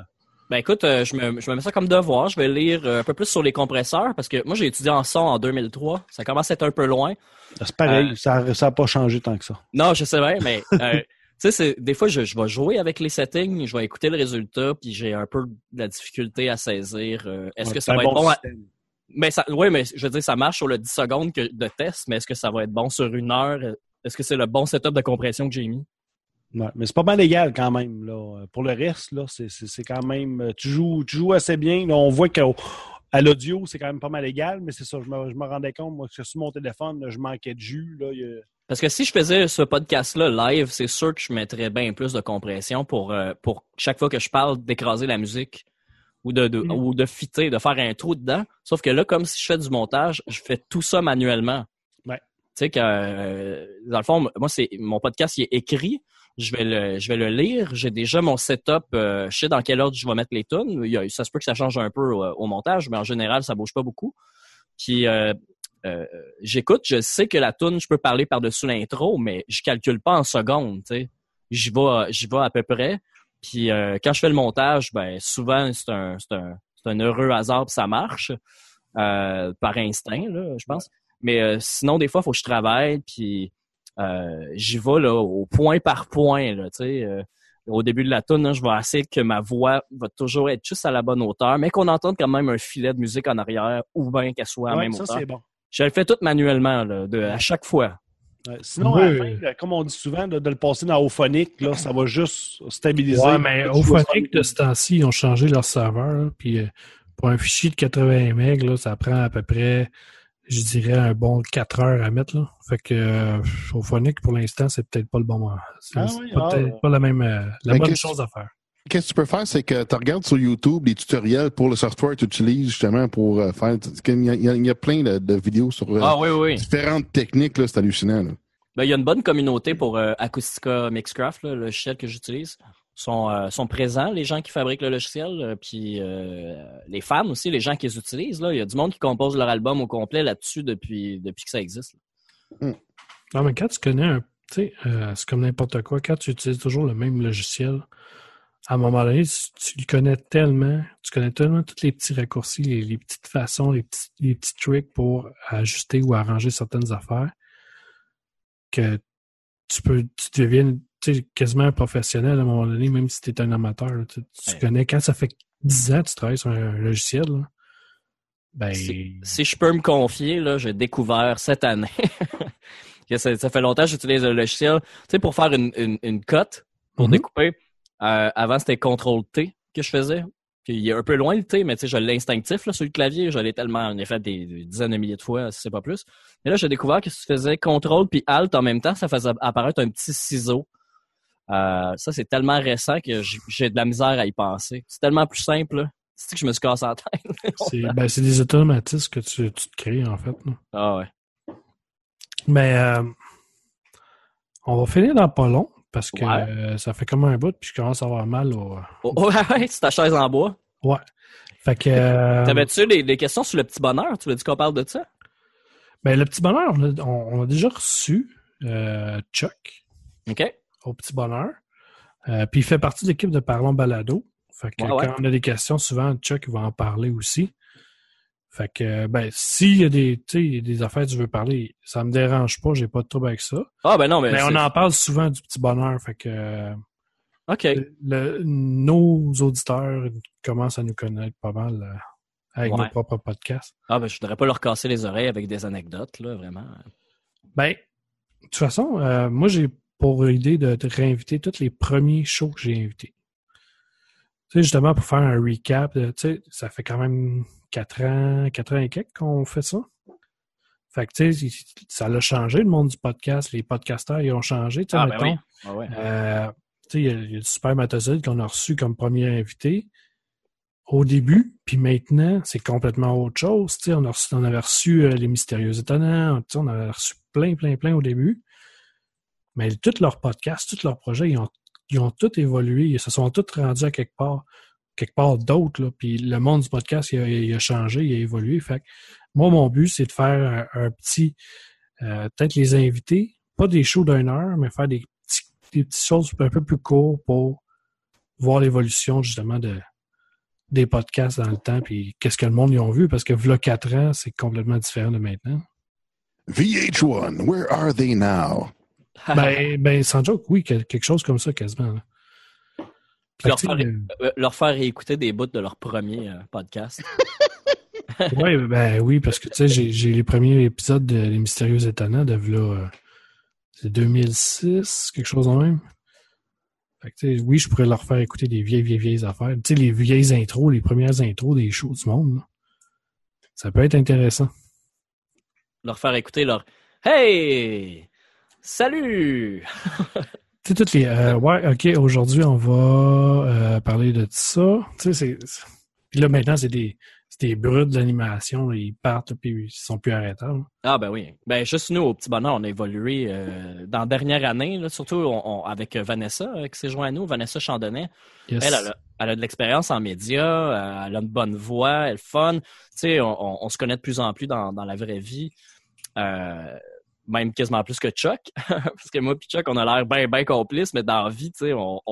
Ben écoute, je me mets ça comme devoir. Je vais lire un peu plus sur les compresseurs parce que moi, j'ai étudié en son en 2003. Ça commence à être un peu loin. C'est pareil, ça n'a pas changé tant que ça. Non, je sais bien, mais tu sais, des fois, je vais jouer avec les settings, je vais écouter le résultat, puis j'ai un peu de la difficulté à saisir. Est-ce que ça va être bon? Mais je veux dire, ça marche sur le 10 secondes de test, mais est-ce que ça va être bon sur 1 heure? Est-ce que c'est le bon setup de compression que j'ai mis? Ouais, mais c'est pas mal égal quand même. Là. Pour le reste, là, c'est quand même. Tu joues assez bien. Là, on voit qu'à l'audio, c'est quand même pas mal égal, mais c'est ça, je me rendais compte, moi, que sur mon téléphone, là, je manquais de jus. Là, Parce que si je faisais ce podcast-là live, c'est sûr que je mettrais bien plus de compression pour chaque fois que je parle d'écraser la musique ou de fitter, de faire un trou dedans. Sauf que là, comme si je fais du montage, je fais tout ça manuellement. Ouais. Tu sais que dans le fond, moi, mon podcast il est écrit. Je vais le lire. J'ai déjà mon setup. Je sais dans quel ordre je vais mettre les tunes. Ça se peut que ça change un peu au montage, mais en général, ça bouge pas beaucoup. Puis j'écoute, je sais que la tune, je peux parler par-dessus l'intro, mais je calcule pas en secondes. Tu sais, j'y vais à peu près. Puis quand je fais le montage, ben souvent c'est un heureux hasard puis ça marche par instinct là, je pense. Mais sinon des fois, il faut que je travaille puis j'y vais là au point par point là, tu sais. Au début de la tune, hein, je vais essayer que ma voix va toujours être juste à la bonne hauteur, mais qu'on entende quand même un filet de musique en arrière ou bien qu'elle soit à la même hauteur. Ça, c'est bon. Je le fais tout manuellement là, à chaque fois. Sinon, à la fin, comme on dit souvent, de le passer dans Auphonic, là, ça va juste stabiliser. Ouais, mais Auphonic, de ce temps-ci, ils ont changé leur serveur. Puis pour un fichier de 80 MB, là, ça prend à peu près, je dirais, un bon 4 heures à mettre. Là. Fait que Auphonic, pour l'instant, c'est peut-être pas le bon moment. C'est peut-être pas la bonne chose à faire. Qu'est-ce que tu peux faire, c'est que tu regardes sur YouTube des tutoriels pour le software que tu utilises justement pour faire. Il y a plein de vidéos sur différentes techniques, là, c'est hallucinant. Là. Ben, il y a une bonne communauté pour Acoustica Mixcraft, là, le logiciel que j'utilise. Sont présents, les gens qui fabriquent le logiciel, puis les fans aussi, les gens qui les utilisent. Là. Il y a du monde qui compose leur album au complet là-dessus depuis que ça existe. Non, mais quand tu connais c'est comme n'importe quoi, quand tu utilises toujours le même logiciel, à un moment donné, tu connais tellement tous les petits raccourcis, les petites façons, les petits tricks pour ajuster ou arranger certaines affaires que tu deviens quasiment un professionnel à un moment donné, même si tu es un amateur. Tu connais, quand ça fait 10 ans que tu travailles sur un logiciel, là, ben... Si je peux me confier, là, j'ai découvert cette année. ça fait longtemps que j'utilise le logiciel. Tu sais, pour faire une cote, pour découper, avant, c'était CTRL-T que je faisais. Puis, il est un peu loin le T, mais tu sais, je l'ai instinctif là, sur le clavier. Je l'ai tellement, en effet, des dizaines de milliers de fois, si c'est pas plus. Et là, j'ai découvert que si tu faisais CTRL puis Alt en même temps, ça faisait apparaître un petit ciseau. Ça, c'est tellement récent que j'ai de la misère à y penser. C'est tellement plus simple, là. C'est que je me suis cassé la tête. C'est des automatismes que tu te crées, en fait. Là. Ah ouais. Mais on va finir dans pas long. Parce que ça fait comme un bout, puis je commence à avoir mal au... Ouais, c'est ta chaise en bois. Ouais. Fait que... T'avais-tu des questions sur le petit bonheur? Tu veux dire qu'on parle de ça? Ben, le petit bonheur, on a déjà reçu Chuck. OK. Au petit bonheur. Puis il fait partie de l'équipe de Parlons Balado. Fait que quand on a des questions, souvent, Chuck va en parler aussi. Fait que, s'il y a des affaires que tu veux parler, ça me dérange pas, j'ai pas de trouble avec ça. Ah, ben non, mais on en parle souvent du petit bonheur, fait que... OK. Nos auditeurs commencent à nous connaître pas mal avec nos propres podcasts. Ah, ben je voudrais pas leur casser les oreilles avec des anecdotes, là, vraiment. Ben, de toute façon, moi, j'ai pour idée de réinviter tous les premiers shows que j'ai invités. Tu sais, justement, pour faire un recap, tu sais, ça fait quand même 4 ans et quelques qu'on fait ça. Fait que, tu sais, ça a changé, le monde du podcast. Les podcasteurs, ils ont changé. Tu sais, mettons, oui. tu sais, il y a le Super Matozoïde qu'on a reçu comme premier invité au début, puis maintenant, c'est complètement autre chose. Tu sais, on avait reçu les Mystérieux Étonnants, tu sais, on avait reçu plein au début. Mais tous leurs podcasts, tous leurs projets, ils ont tous évolué. Ils se sont tous rendus à quelque part d'autre. Là. Puis le monde du podcast, il a changé, il a évolué. Fait que moi, mon but, c'est de faire un petit... peut-être les inviter, pas des shows d'1 heure, mais faire des petites choses un peu plus courtes pour voir l'évolution, justement, de des podcasts dans le temps, puis qu'est-ce que le monde y ont vu, parce que v'là 4 ans, c'est complètement différent de maintenant. VH1, where are they now? Ben, sans joke, oui, quelque chose comme ça, quasiment. Là. Puis leur faire réécouter des bouts de leur premier podcast. Oui, parce que tu sais, j'ai les premiers épisodes de Les Mystérieux Étonnants de là, c'est 2006, quelque chose de même. Fait que, tu sais, oui, je pourrais leur faire écouter des vieilles affaires. Tu sais, les vieilles intros, les premières intros des shows du monde. Là. Ça peut être intéressant. Leur faire écouter leur « Hey! Salut! » Tu sais, toutes les... ouais, OK, aujourd'hui, on va parler de ça. Tu sais, puis là, maintenant, c'est des brutes d'animation. Ils partent, puis ils sont plus arrêtables. Ah ben oui. Ben juste nous, au Petit Bonheur, on a évolué dans la dernière année, là, surtout avec Vanessa qui s'est joint à nous, Vanessa Chandonnet. Yes. Elle a de l'expérience en médias, elle a une bonne voix, elle est fun. Tu sais, on se connaît de plus en plus dans la vraie vie. Même quasiment plus que Chuck. Parce que moi et Chuck, on a l'air bien complices, mais dans la vie, tu sais,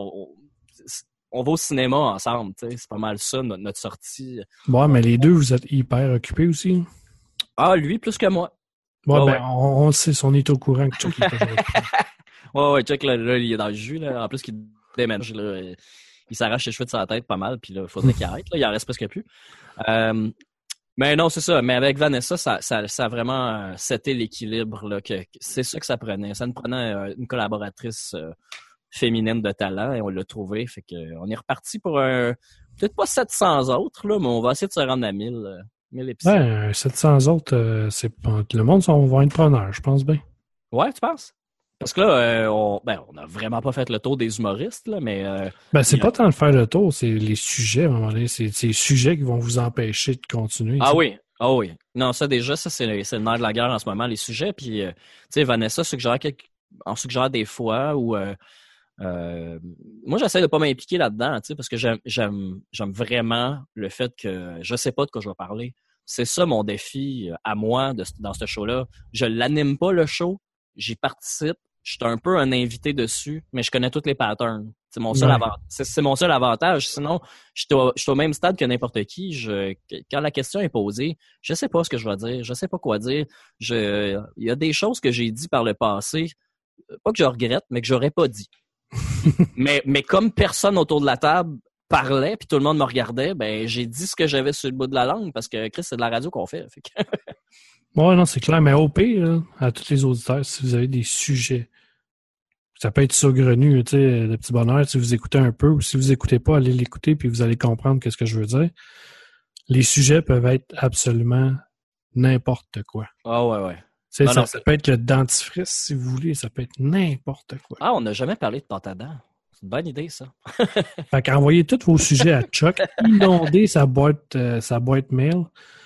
on va au cinéma ensemble, tu sais. C'est pas mal ça, notre sortie. Ouais, mais les deux, vous êtes hyper occupés aussi. Ah, lui, plus que moi. Ouais. On sait, on est au courant que Chuck est toujours occupé. Ouais, Chuck, là, il est dans le jus, là. En plus qu'il déménage, là. Il s'arrache les cheveux de sa tête pas mal, puis là, il faudrait qu'il arrête, là. Il en reste presque plus. Mais non, c'est ça. Mais avec Vanessa, ça a vraiment seté l'équilibre, là, que c'est ça que ça prenait. Ça nous prenait une collaboratrice féminine de talent et on l'a trouvé. Fait que on est reparti pour peut-être pas 700 autres, là, mais on va essayer de se rendre à 1000 épisodes. Ouais, 700 autres, c'est pas... Le monde va être preneur, je pense bien. Ouais, tu penses? Parce que là, on a vraiment pas fait le tour des humoristes, là, mais... c'est pas tant de faire le tour, c'est les sujets, à un moment donné. C'est les sujets qui vont vous empêcher de continuer. Ah oui. Non, ça déjà, c'est le nerf de la guerre en ce moment, les sujets. Puis, tu sais, Vanessa en suggère des fois où... moi, j'essaie de pas m'impliquer là-dedans, tu sais, parce que j'aime vraiment le fait que je sais pas de quoi je vais parler. C'est ça mon défi à moi dans ce show-là. Je l'anime pas le show, j'y participe. Je suis un peu un invité dessus, mais je connais tous les patterns. C'est mon seul c'est mon seul avantage. Sinon, je suis au même stade que n'importe qui. Quand la question est posée, je sais pas ce que je vais dire, je sais pas quoi dire. Il y a des choses que j'ai dit par le passé, pas que je regrette, mais que j'aurais pas dit. mais comme personne autour de la table parlait puis tout le monde me regardait, ben j'ai dit ce que j'avais sur le bout de la langue parce que Chris, c'est de la radio qu'on fait. Ouais, non, c'est clair. Mais au pire, là, à tous les auditeurs, si vous avez des sujets, ça peut être saugrenu, tu sais, le Petit Bonheur, si vous écoutez un peu ou si vous écoutez pas, allez l'écouter puis vous allez comprendre qu'est-ce que je veux dire. Les sujets peuvent être absolument n'importe quoi. Ah ouais. Ça peut être le dentifrice, si vous voulez, ça peut être n'importe quoi. Ah, on n'a jamais parlé de pâte à dents. C'est une bonne idée, ça. Fait qu'envoyez tous vos sujets à Chuck, inondez sa boîte mail.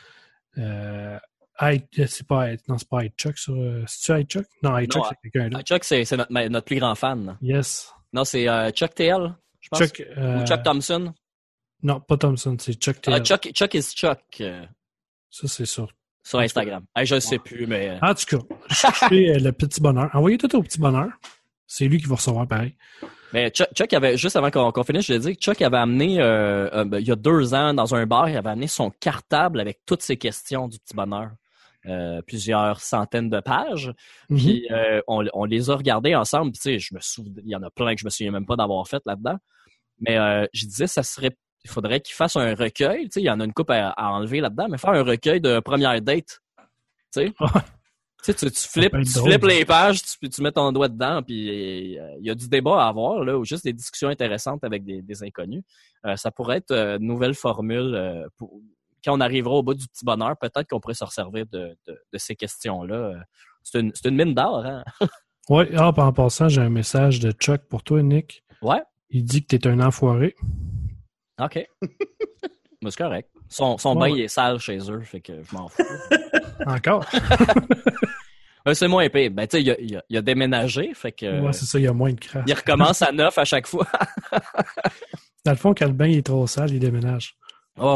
C'est pas iChuck sur... C'est-tu iChuck? Non, iChuck, c'est quelqu'un d'autre. iChuck, c'est notre plus grand fan. Yes. Non, c'est Chuck TL, je pense. Ou Chuck Thompson. Non, pas Thompson, c'est Chuck TL. Chuck is Chuck. Ça, c'est sûr. Sur Instagram. Je ne sais plus, mais... En tout cas, cherchez le Petit Bonheur. Envoyez tout au Petit Bonheur. C'est lui qui va recevoir pareil. Mais Chuck avait, juste avant qu'on finisse, je l'ai dit, Chuck avait amené, il y a 2 ans, dans un bar, il avait amené son cartable avec toutes ses questions du Petit Bonheur. Plusieurs centaines de pages. Puis on les a regardées ensemble. Puis tu sais, il y en a plein que je me souviens même pas d'avoir fait là-dedans. Mais je disais, il faudrait qu'il fasse un recueil. Tu sais, il y en a une coupe à enlever là-dedans, mais faire un recueil de première date. Tu sais? Tu sais, tu flippes les pages, tu mets ton doigt dedans, puis il y a du débat à avoir, là, ou juste des discussions intéressantes avec des inconnus. Ça pourrait être une nouvelle formule quand on arrivera au bout du Petit Bonheur, peut-être qu'on pourrait se resservir de ces questions-là. C'est une mine d'or, hein? Oui, en passant, j'ai un message de Chuck pour toi, Nick. Ouais. Il dit que t'es un enfoiré. OK. Mais c'est correct. Son bain, il est sale chez eux, fait que je m'en fous. Encore? C'est moins épais. Ben, tu sais, il a déménagé, fait que... Ouais, c'est ça, il y a moins de crasse. Il recommence à 9 à chaque fois. Dans le fond, quand le bain est trop sale, il déménage. Oh, ouais.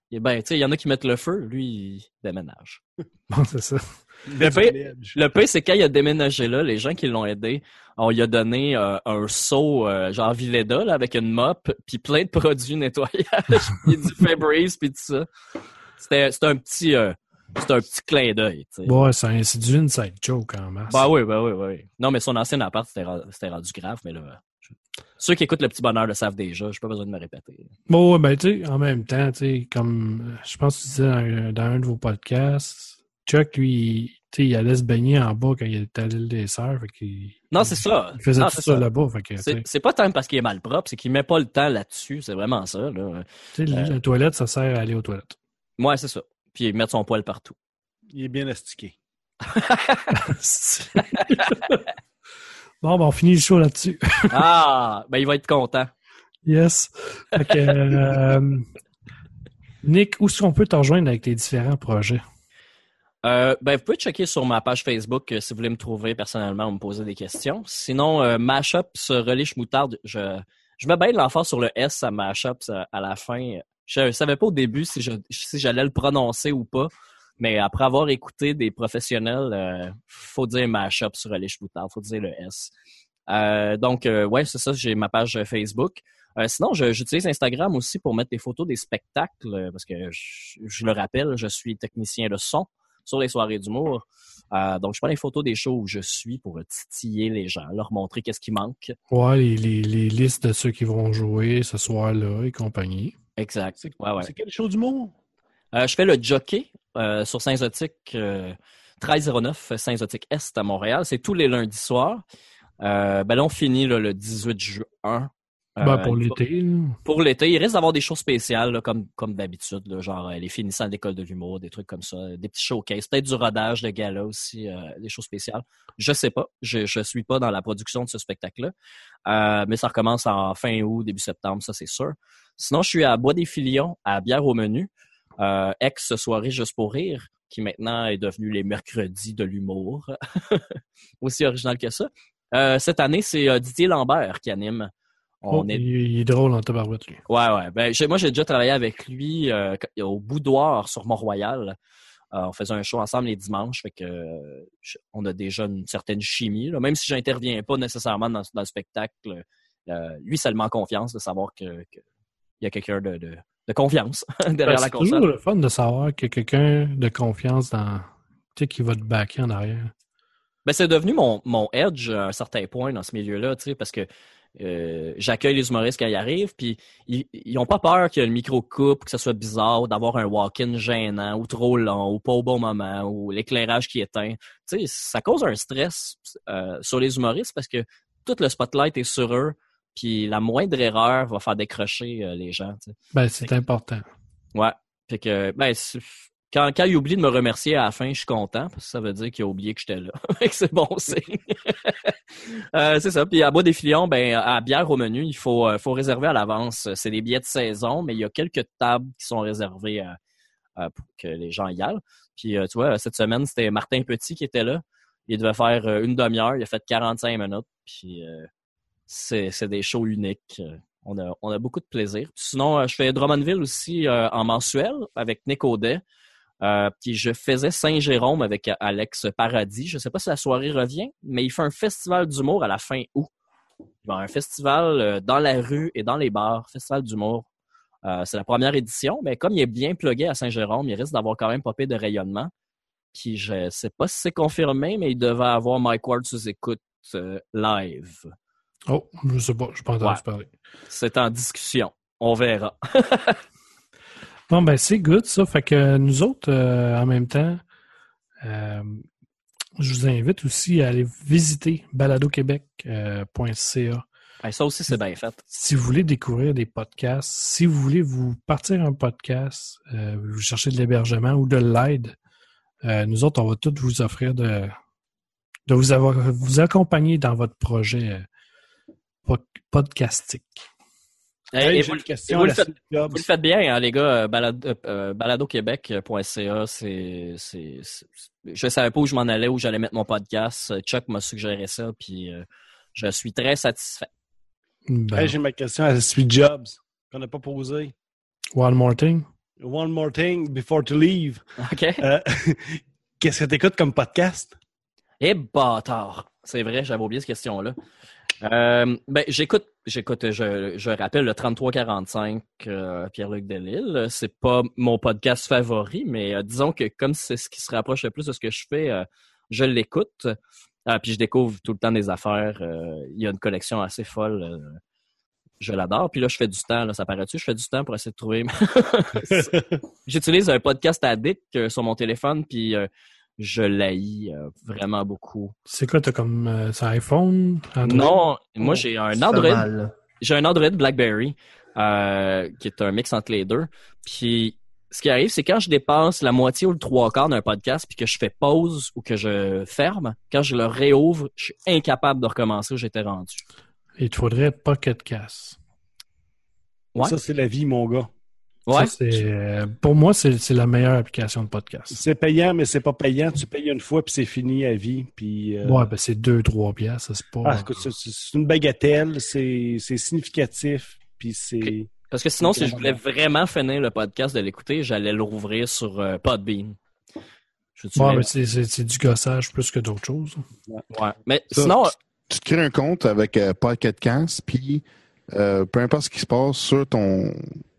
Et ben, tu sais, il y en a qui mettent le feu, lui, il déménage. Bon, c'est ça. Le pire, c'est quand il a déménagé là, les gens qui l'ont aidé, on lui a donné un seau genre Villeda là, avec une mop, puis plein de produits nettoyage, puis du Febreze, puis tout ça. C'était un petit clin d'œil. Tu sais. Ouais, c'est du inside joke en masse. Bah oui. Non, mais son ancien appart, c'était rendu grave, mais là, ceux qui écoutent Le Petit Bonheur le savent déjà, j'ai pas besoin de me répéter. Bon, ouais, ben, tu sais, en même temps, tu sais, comme je pense que tu disais dans un de vos podcasts, Chuck, lui, tu sais, il allait se baigner en bas quand il était à l'île des Sœurs. Non, c'est ça. Il faisait tout ça là-bas. Fait que, c'est pas tant parce qu'il est mal propre, c'est qu'il met pas le temps là-dessus. C'est vraiment ça. Là. Tu sais, la toilette, ça sert à aller aux toilettes. Ouais, c'est ça. Puis mettre son poil partout. Il est bien astiqué. Bon, ben, on finit le show là-dessus. Ah, ben il va être content. Yes. Fait que, Nick, où est-ce qu'on peut te rejoindre avec tes différents projets? Ben, vous pouvez checker sur ma page Facebook si vous voulez me trouver personnellement ou me poser des questions. Sinon, Mashup sur Relish Moutarde, je mets bien de l'emphase sur le S à Mashup à la fin. Je savais pas au début si j'allais le prononcer ou pas, mais après avoir écouté des professionnels, faut dire Mashup sur Relish Moutarde, faut dire le S. Donc, ouais, c'est ça, j'ai ma page Facebook. Sinon, j'utilise Instagram aussi pour mettre des photos des spectacles, parce que je le rappelle, je suis technicien de son sur les soirées d'humour. Donc, je prends les photos des shows où je suis pour titiller les gens, leur montrer qu'est-ce qui manque. Ouais, les listes de ceux qui vont jouer ce soir-là et compagnie. Exact. C'est ouais. quel show d'humour? Je fais le jockey sur Saint-Zotique 1309 Saint-Zotique Est à Montréal. C'est tous les lundis soirs. Ben là, on finit là, le 18 juin. Pour l'été. Pour l'été, il risque d'avoir des choses spéciales, là, comme d'habitude, là, genre les finissants de l'école de l'humour, des trucs comme ça, des petits showcases, peut-être du rodage de gala aussi, des choses spéciales. Je sais pas, je suis pas dans la production de ce spectacle-là, mais ça recommence en fin août, début septembre, ça c'est sûr. Sinon, je suis à Bois des Filions, à Bière au Menu, ex-soirée Juste pour rire, qui maintenant est devenu les mercredis de l'humour, aussi original que ça. Cette année, c'est Didier Lambert qui anime. Il est drôle en tabarouette, lui. Ouais. Ben, moi, j'ai déjà travaillé avec lui au Boudoir sur Mont-Royal. On faisait un show ensemble les dimanches. Fait que on a déjà une certaine chimie. Là. Même si j'interviens pas nécessairement dans le spectacle, lui, ça le met en confiance de savoir qu'il y a quelqu'un de confiance derrière la console. C'est toujours le fun de savoir qu'il y a quelqu'un de confiance qui va te backer en arrière. Ben, c'est devenu mon edge à un certain point dans ce milieu-là, parce que j'accueille les humoristes quand ils arrivent, puis ils n'ont pas peur que le micro coupe, que ce soit bizarre, d'avoir un walk-in gênant, ou trop long, ou pas au bon moment, ou l'éclairage qui éteint. Tu sais, ça cause un stress sur les humoristes parce que tout le spotlight est sur eux, puis la moindre erreur va faire décrocher les gens. T'sais. Ben, c'est important. Ouais. Fait que, quand il oublie de me remercier à la fin, je suis content, parce que ça veut dire qu'il a oublié que j'étais là. C'est bon signe. C'est ça. Puis à Bois des Filions, à Bière au Menu, il faut réserver à l'avance. C'est des billets de saison, mais il y a quelques tables qui sont réservées pour que les gens y aillent. Puis tu vois, cette semaine, c'était Martin Petit qui était là. Il devait faire une demi-heure. Il a fait 45 minutes. Puis c'est des shows uniques. On a beaucoup de plaisir. Puis sinon, je fais Drummondville aussi en mensuel avec Nick Audet. Puis je faisais Saint-Jérôme avec Alex Paradis. Je sais pas si la soirée revient, mais il fait un festival d'humour à la fin août. Il va y avoir un festival dans la rue et dans les bars, festival d'humour. C'est la première édition, mais comme il est bien plugué à Saint-Jérôme, il risque d'avoir quand même pas peu de rayonnement. Puis je sais pas si c'est confirmé, mais il devait avoir Mike Ward sous écoute live. Oh, je sais pas, je pas entendu parler. C'est en discussion. On verra. Bon, ben c'est good, ça. Fait que nous autres, en même temps, je vous invite aussi à aller visiter baladoquebec.ca. Ça aussi, c'est bien fait. Si vous voulez découvrir des podcasts, si vous voulez vous partir un podcast, vous cherchez de l'hébergement ou de l'aide, nous autres, on va tout vous offrir de vous accompagner dans votre projet podcastique. Et vous le faites bien, hein, les gars. Baladoquebec.ca, je savais pas où je m'en allais, où j'allais mettre mon podcast. Chuck m'a suggéré ça, puis je suis très satisfait. Ben, j'ai ma question à Sweet Jobs qu'on n'a pas posée. One more thing. One more thing before to leave. OK. Qu'est-ce que t'écoutes comme podcast? Eh, bâtard! C'est vrai, j'avais oublié cette question-là. J'écoute, je rappelle le 3345 Pierre-Luc Delisle. C'est pas mon podcast favori, mais disons que comme c'est ce qui se rapproche le plus de ce que je fais, je l'écoute. Puis je découvre tout le temps des affaires. Il y a une collection assez folle. Je l'adore. Puis là, je fais du temps. Là, ça paraît-tu? Je fais du temps pour essayer de trouver. J'utilise un podcast addict sur mon téléphone, puis je l'haïs vraiment beaucoup. C'est quoi, t'as comme c'est iPhone? Android? Non, moi j'ai un Android. J'ai un Android BlackBerry qui est un mix entre les deux. Puis ce qui arrive, c'est quand je dépasse la moitié ou le trois quarts d'un podcast puis que je fais pause ou que je ferme, quand je le réouvre, je suis incapable de recommencer où j'étais rendu. Il te faudrait Pocket Cast. Ouais. Ça, c'est la vie, mon gars. Ouais. Ça, pour moi, c'est la meilleure application de podcast. C'est payant, mais c'est pas payant. Tu payes une fois, puis c'est fini à vie. Puis, Ouais, ben c'est 2-3 piastres, c'est pas... écoute, c'est une bagatelle, c'est significatif, puis c'est... Okay. Parce que sinon, si je voulais vraiment finir le podcast de l'écouter, j'allais le rouvrir sur Podbean. Ouais, mais c'est du gossage plus que d'autres choses. Ouais. Mais ça, sinon... Tu te crées un compte avec Pocket Cast, puis peu importe ce qui se passe sur ton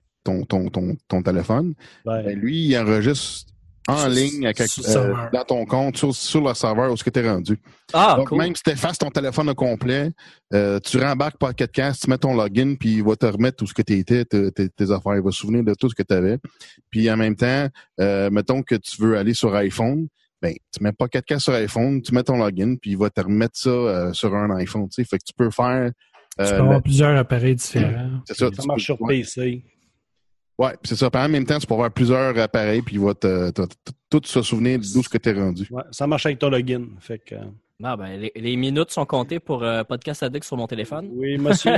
téléphone, ben, lui, il enregistre en ligne dans ton compte, sur le serveur où tu es rendu. Ah, donc, cool. même si tu effaces ton téléphone au complet, tu rembarques Pocket Cast, tu mets ton login, puis il va te remettre tout ce que tu étais, tes affaires. Il va se souvenir de tout ce que tu avais. Puis en même temps, mettons que tu veux aller sur iPhone, ben, tu mets Pocket Cast sur iPhone, tu mets ton login, puis il va te remettre ça sur un iPhone. Tu sais, fait que tu peux faire... tu peux avoir plusieurs appareils différents. C'est ça. Ça marche sur PC. Ouais, c'est ça. En même temps, tu peux avoir plusieurs appareils, puis il va tout se souvenir d'où ce que tu es rendu. Ouais, ça marche avec ton login. Fait que... Ah, ben, les minutes sont comptées pour Podcast Addict sur mon téléphone. Oui, monsieur.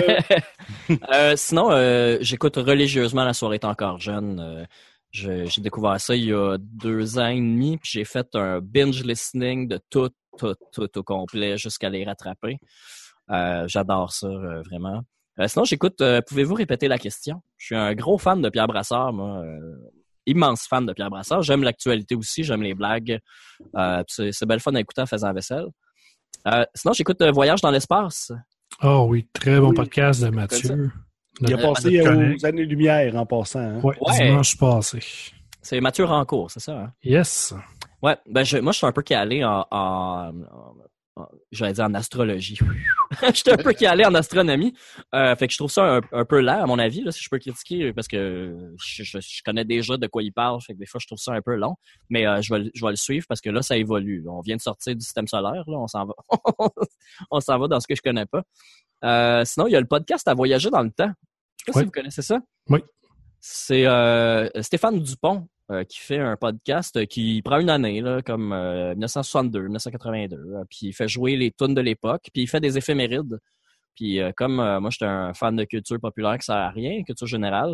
Sinon, j'écoute religieusement La soirée est encore jeune. J'ai découvert ça il y a 2 ans et demi, puis j'ai fait un binge listening de tout au complet jusqu'à les rattraper. J'adore ça, vraiment. Sinon, j'écoute pouvez-vous répéter la question? Je suis un gros fan de Pierre Brassard, moi. Immense fan de Pierre Brassard. J'aime l'actualité aussi, j'aime les blagues. C'est belle fun à écouter en faisant la vaisselle. Sinon, j'écoute Voyage dans l'espace. Oh oui, très bon podcast de Mathieu. Il a passé aux années-lumière en passant. Hein? Ouais, dimanche passé. C'est Mathieu Rancourt, c'est ça? Hein? Yes. Ouais, ben moi, je suis un peu calé j'allais dire en astrologie. Je suis un peu calé en astronomie. Fait que je trouve ça un peu lent, à mon avis, là, si je peux critiquer, parce que je connais déjà de quoi il parle. Fait que des fois, je trouve ça un peu long. Mais je vais le suivre parce que là, ça évolue. On vient de sortir du système solaire. Là, on s'en va. On s'en va dans ce que je connais pas. Sinon, il y a le podcast À voyager dans le temps. Je sais pas si vous connaissez ça. Oui. C'est Stéphane Dupont qui fait un podcast qui prend une année, là, comme 1962, 1982, puis il fait jouer les tunes de l'époque, puis il fait des éphémérides. Puis comme moi, j'étais un fan de culture populaire qui sert à rien, culture générale,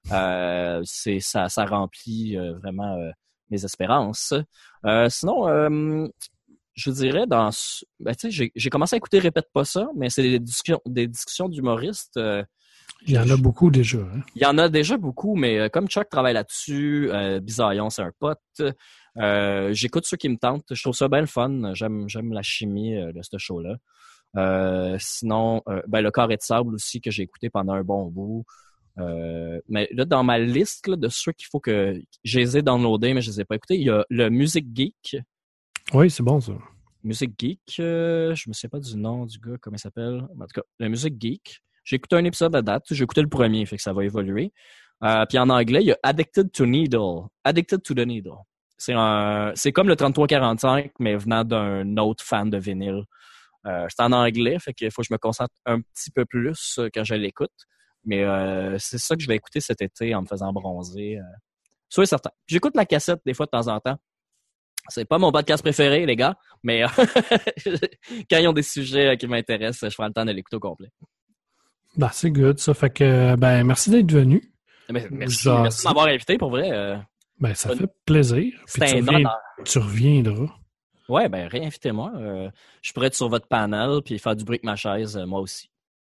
ça remplit vraiment mes espérances. Sinon, je dirais j'ai commencé à écouter Répète pas ça, mais c'est des discussions d'humoristes. Il y en a beaucoup déjà. Hein? Il y en a déjà beaucoup, mais comme Chuck travaille là-dessus, Bizarillon, c'est un pote. J'écoute ceux qui me tentent. Je trouve ça bien le fun. J'aime la chimie de ce show-là. Sinon, le Carré de sable aussi que j'ai écouté pendant un bon bout. Mais là, dans ma liste là, de ceux qu'il faut que je les ai downloadés, mais je les ai pas écoutés, il y a le Music Geek. Oui, c'est bon ça. Music Geek, je me sais pas du nom du gars, comment il s'appelle. En tout cas, le Music Geek. J'ai écouté un épisode à date. J'ai écouté le premier, fait que ça va évoluer. Puis en anglais, il y a Addicted to the Needle. C'est comme le 3345, mais venant d'un autre fan de vinyle. C'est en anglais, fait qu'il faut que je me concentre un petit peu plus quand je l'écoute. Mais c'est ça que je vais écouter cet été en me faisant bronzer. Soyez certain. J'écoute la cassette des fois de temps en temps. C'est pas mon podcast préféré, les gars, mais quand ils ont des sujets qui m'intéressent, je prends le temps de l'écouter au complet. Ben, c'est good, ça. Fait que, merci d'être venu. Merci de m'avoir invité, pour vrai. Ça fait plaisir. C'est un honneur. Tu reviendras. Ouais, réinvitez-moi. Je pourrais être sur votre panel puis faire du bruit avec ma chaise, moi aussi.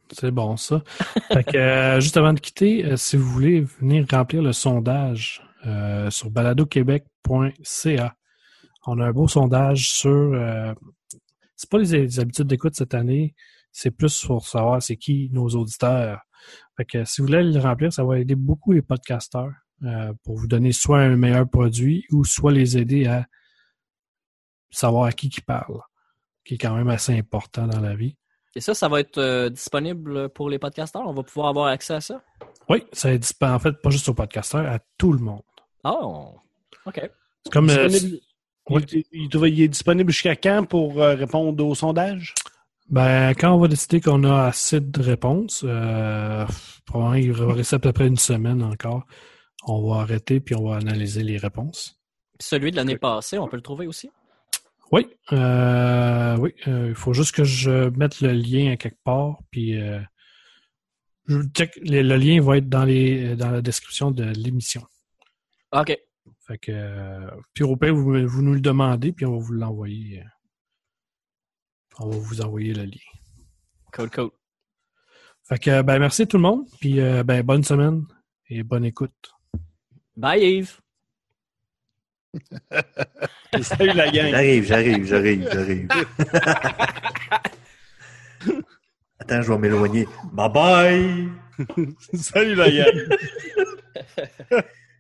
C'est bon, ça. Fait que, juste avant de quitter, si vous voulez venir remplir le sondage sur baladoquebec.ca, on a un beau sondage sur... c'est pas les habitudes d'écoute cette année, c'est plus pour savoir c'est qui nos auditeurs. Fait que si vous voulez le remplir, ça va aider beaucoup les podcasteurs pour vous donner soit un meilleur produit ou soit les aider à savoir à qui parle, qui est quand même assez important dans la vie. Et ça va être disponible pour les podcasteurs? On va pouvoir avoir accès à ça? Oui, ça est disponible, en fait, pas juste aux podcasteurs, à tout le monde. Oh, OK. C'est comme... Il est disponible jusqu'à quand pour répondre au sondage? Ben, quand on va décider qu'on a assez de réponses, probablement il va rester à peu près une semaine encore. On va arrêter puis on va analyser les réponses. Puis celui de l'année passée, on peut le trouver aussi? Oui, il faut juste que je mette le lien à quelque part, puis je check, le lien va être dans la description de l'émission. OK. Fait que, puis au pire, vous nous le demandez, puis on va vous l'envoyer. On va vous envoyer le lien. Cool. Fait que, ben, merci tout le monde, puis bonne semaine et bonne écoute. Bye Yves! Salut la gang! J'arrive. Attends, je vais m'éloigner. Bye bye! Salut la gang!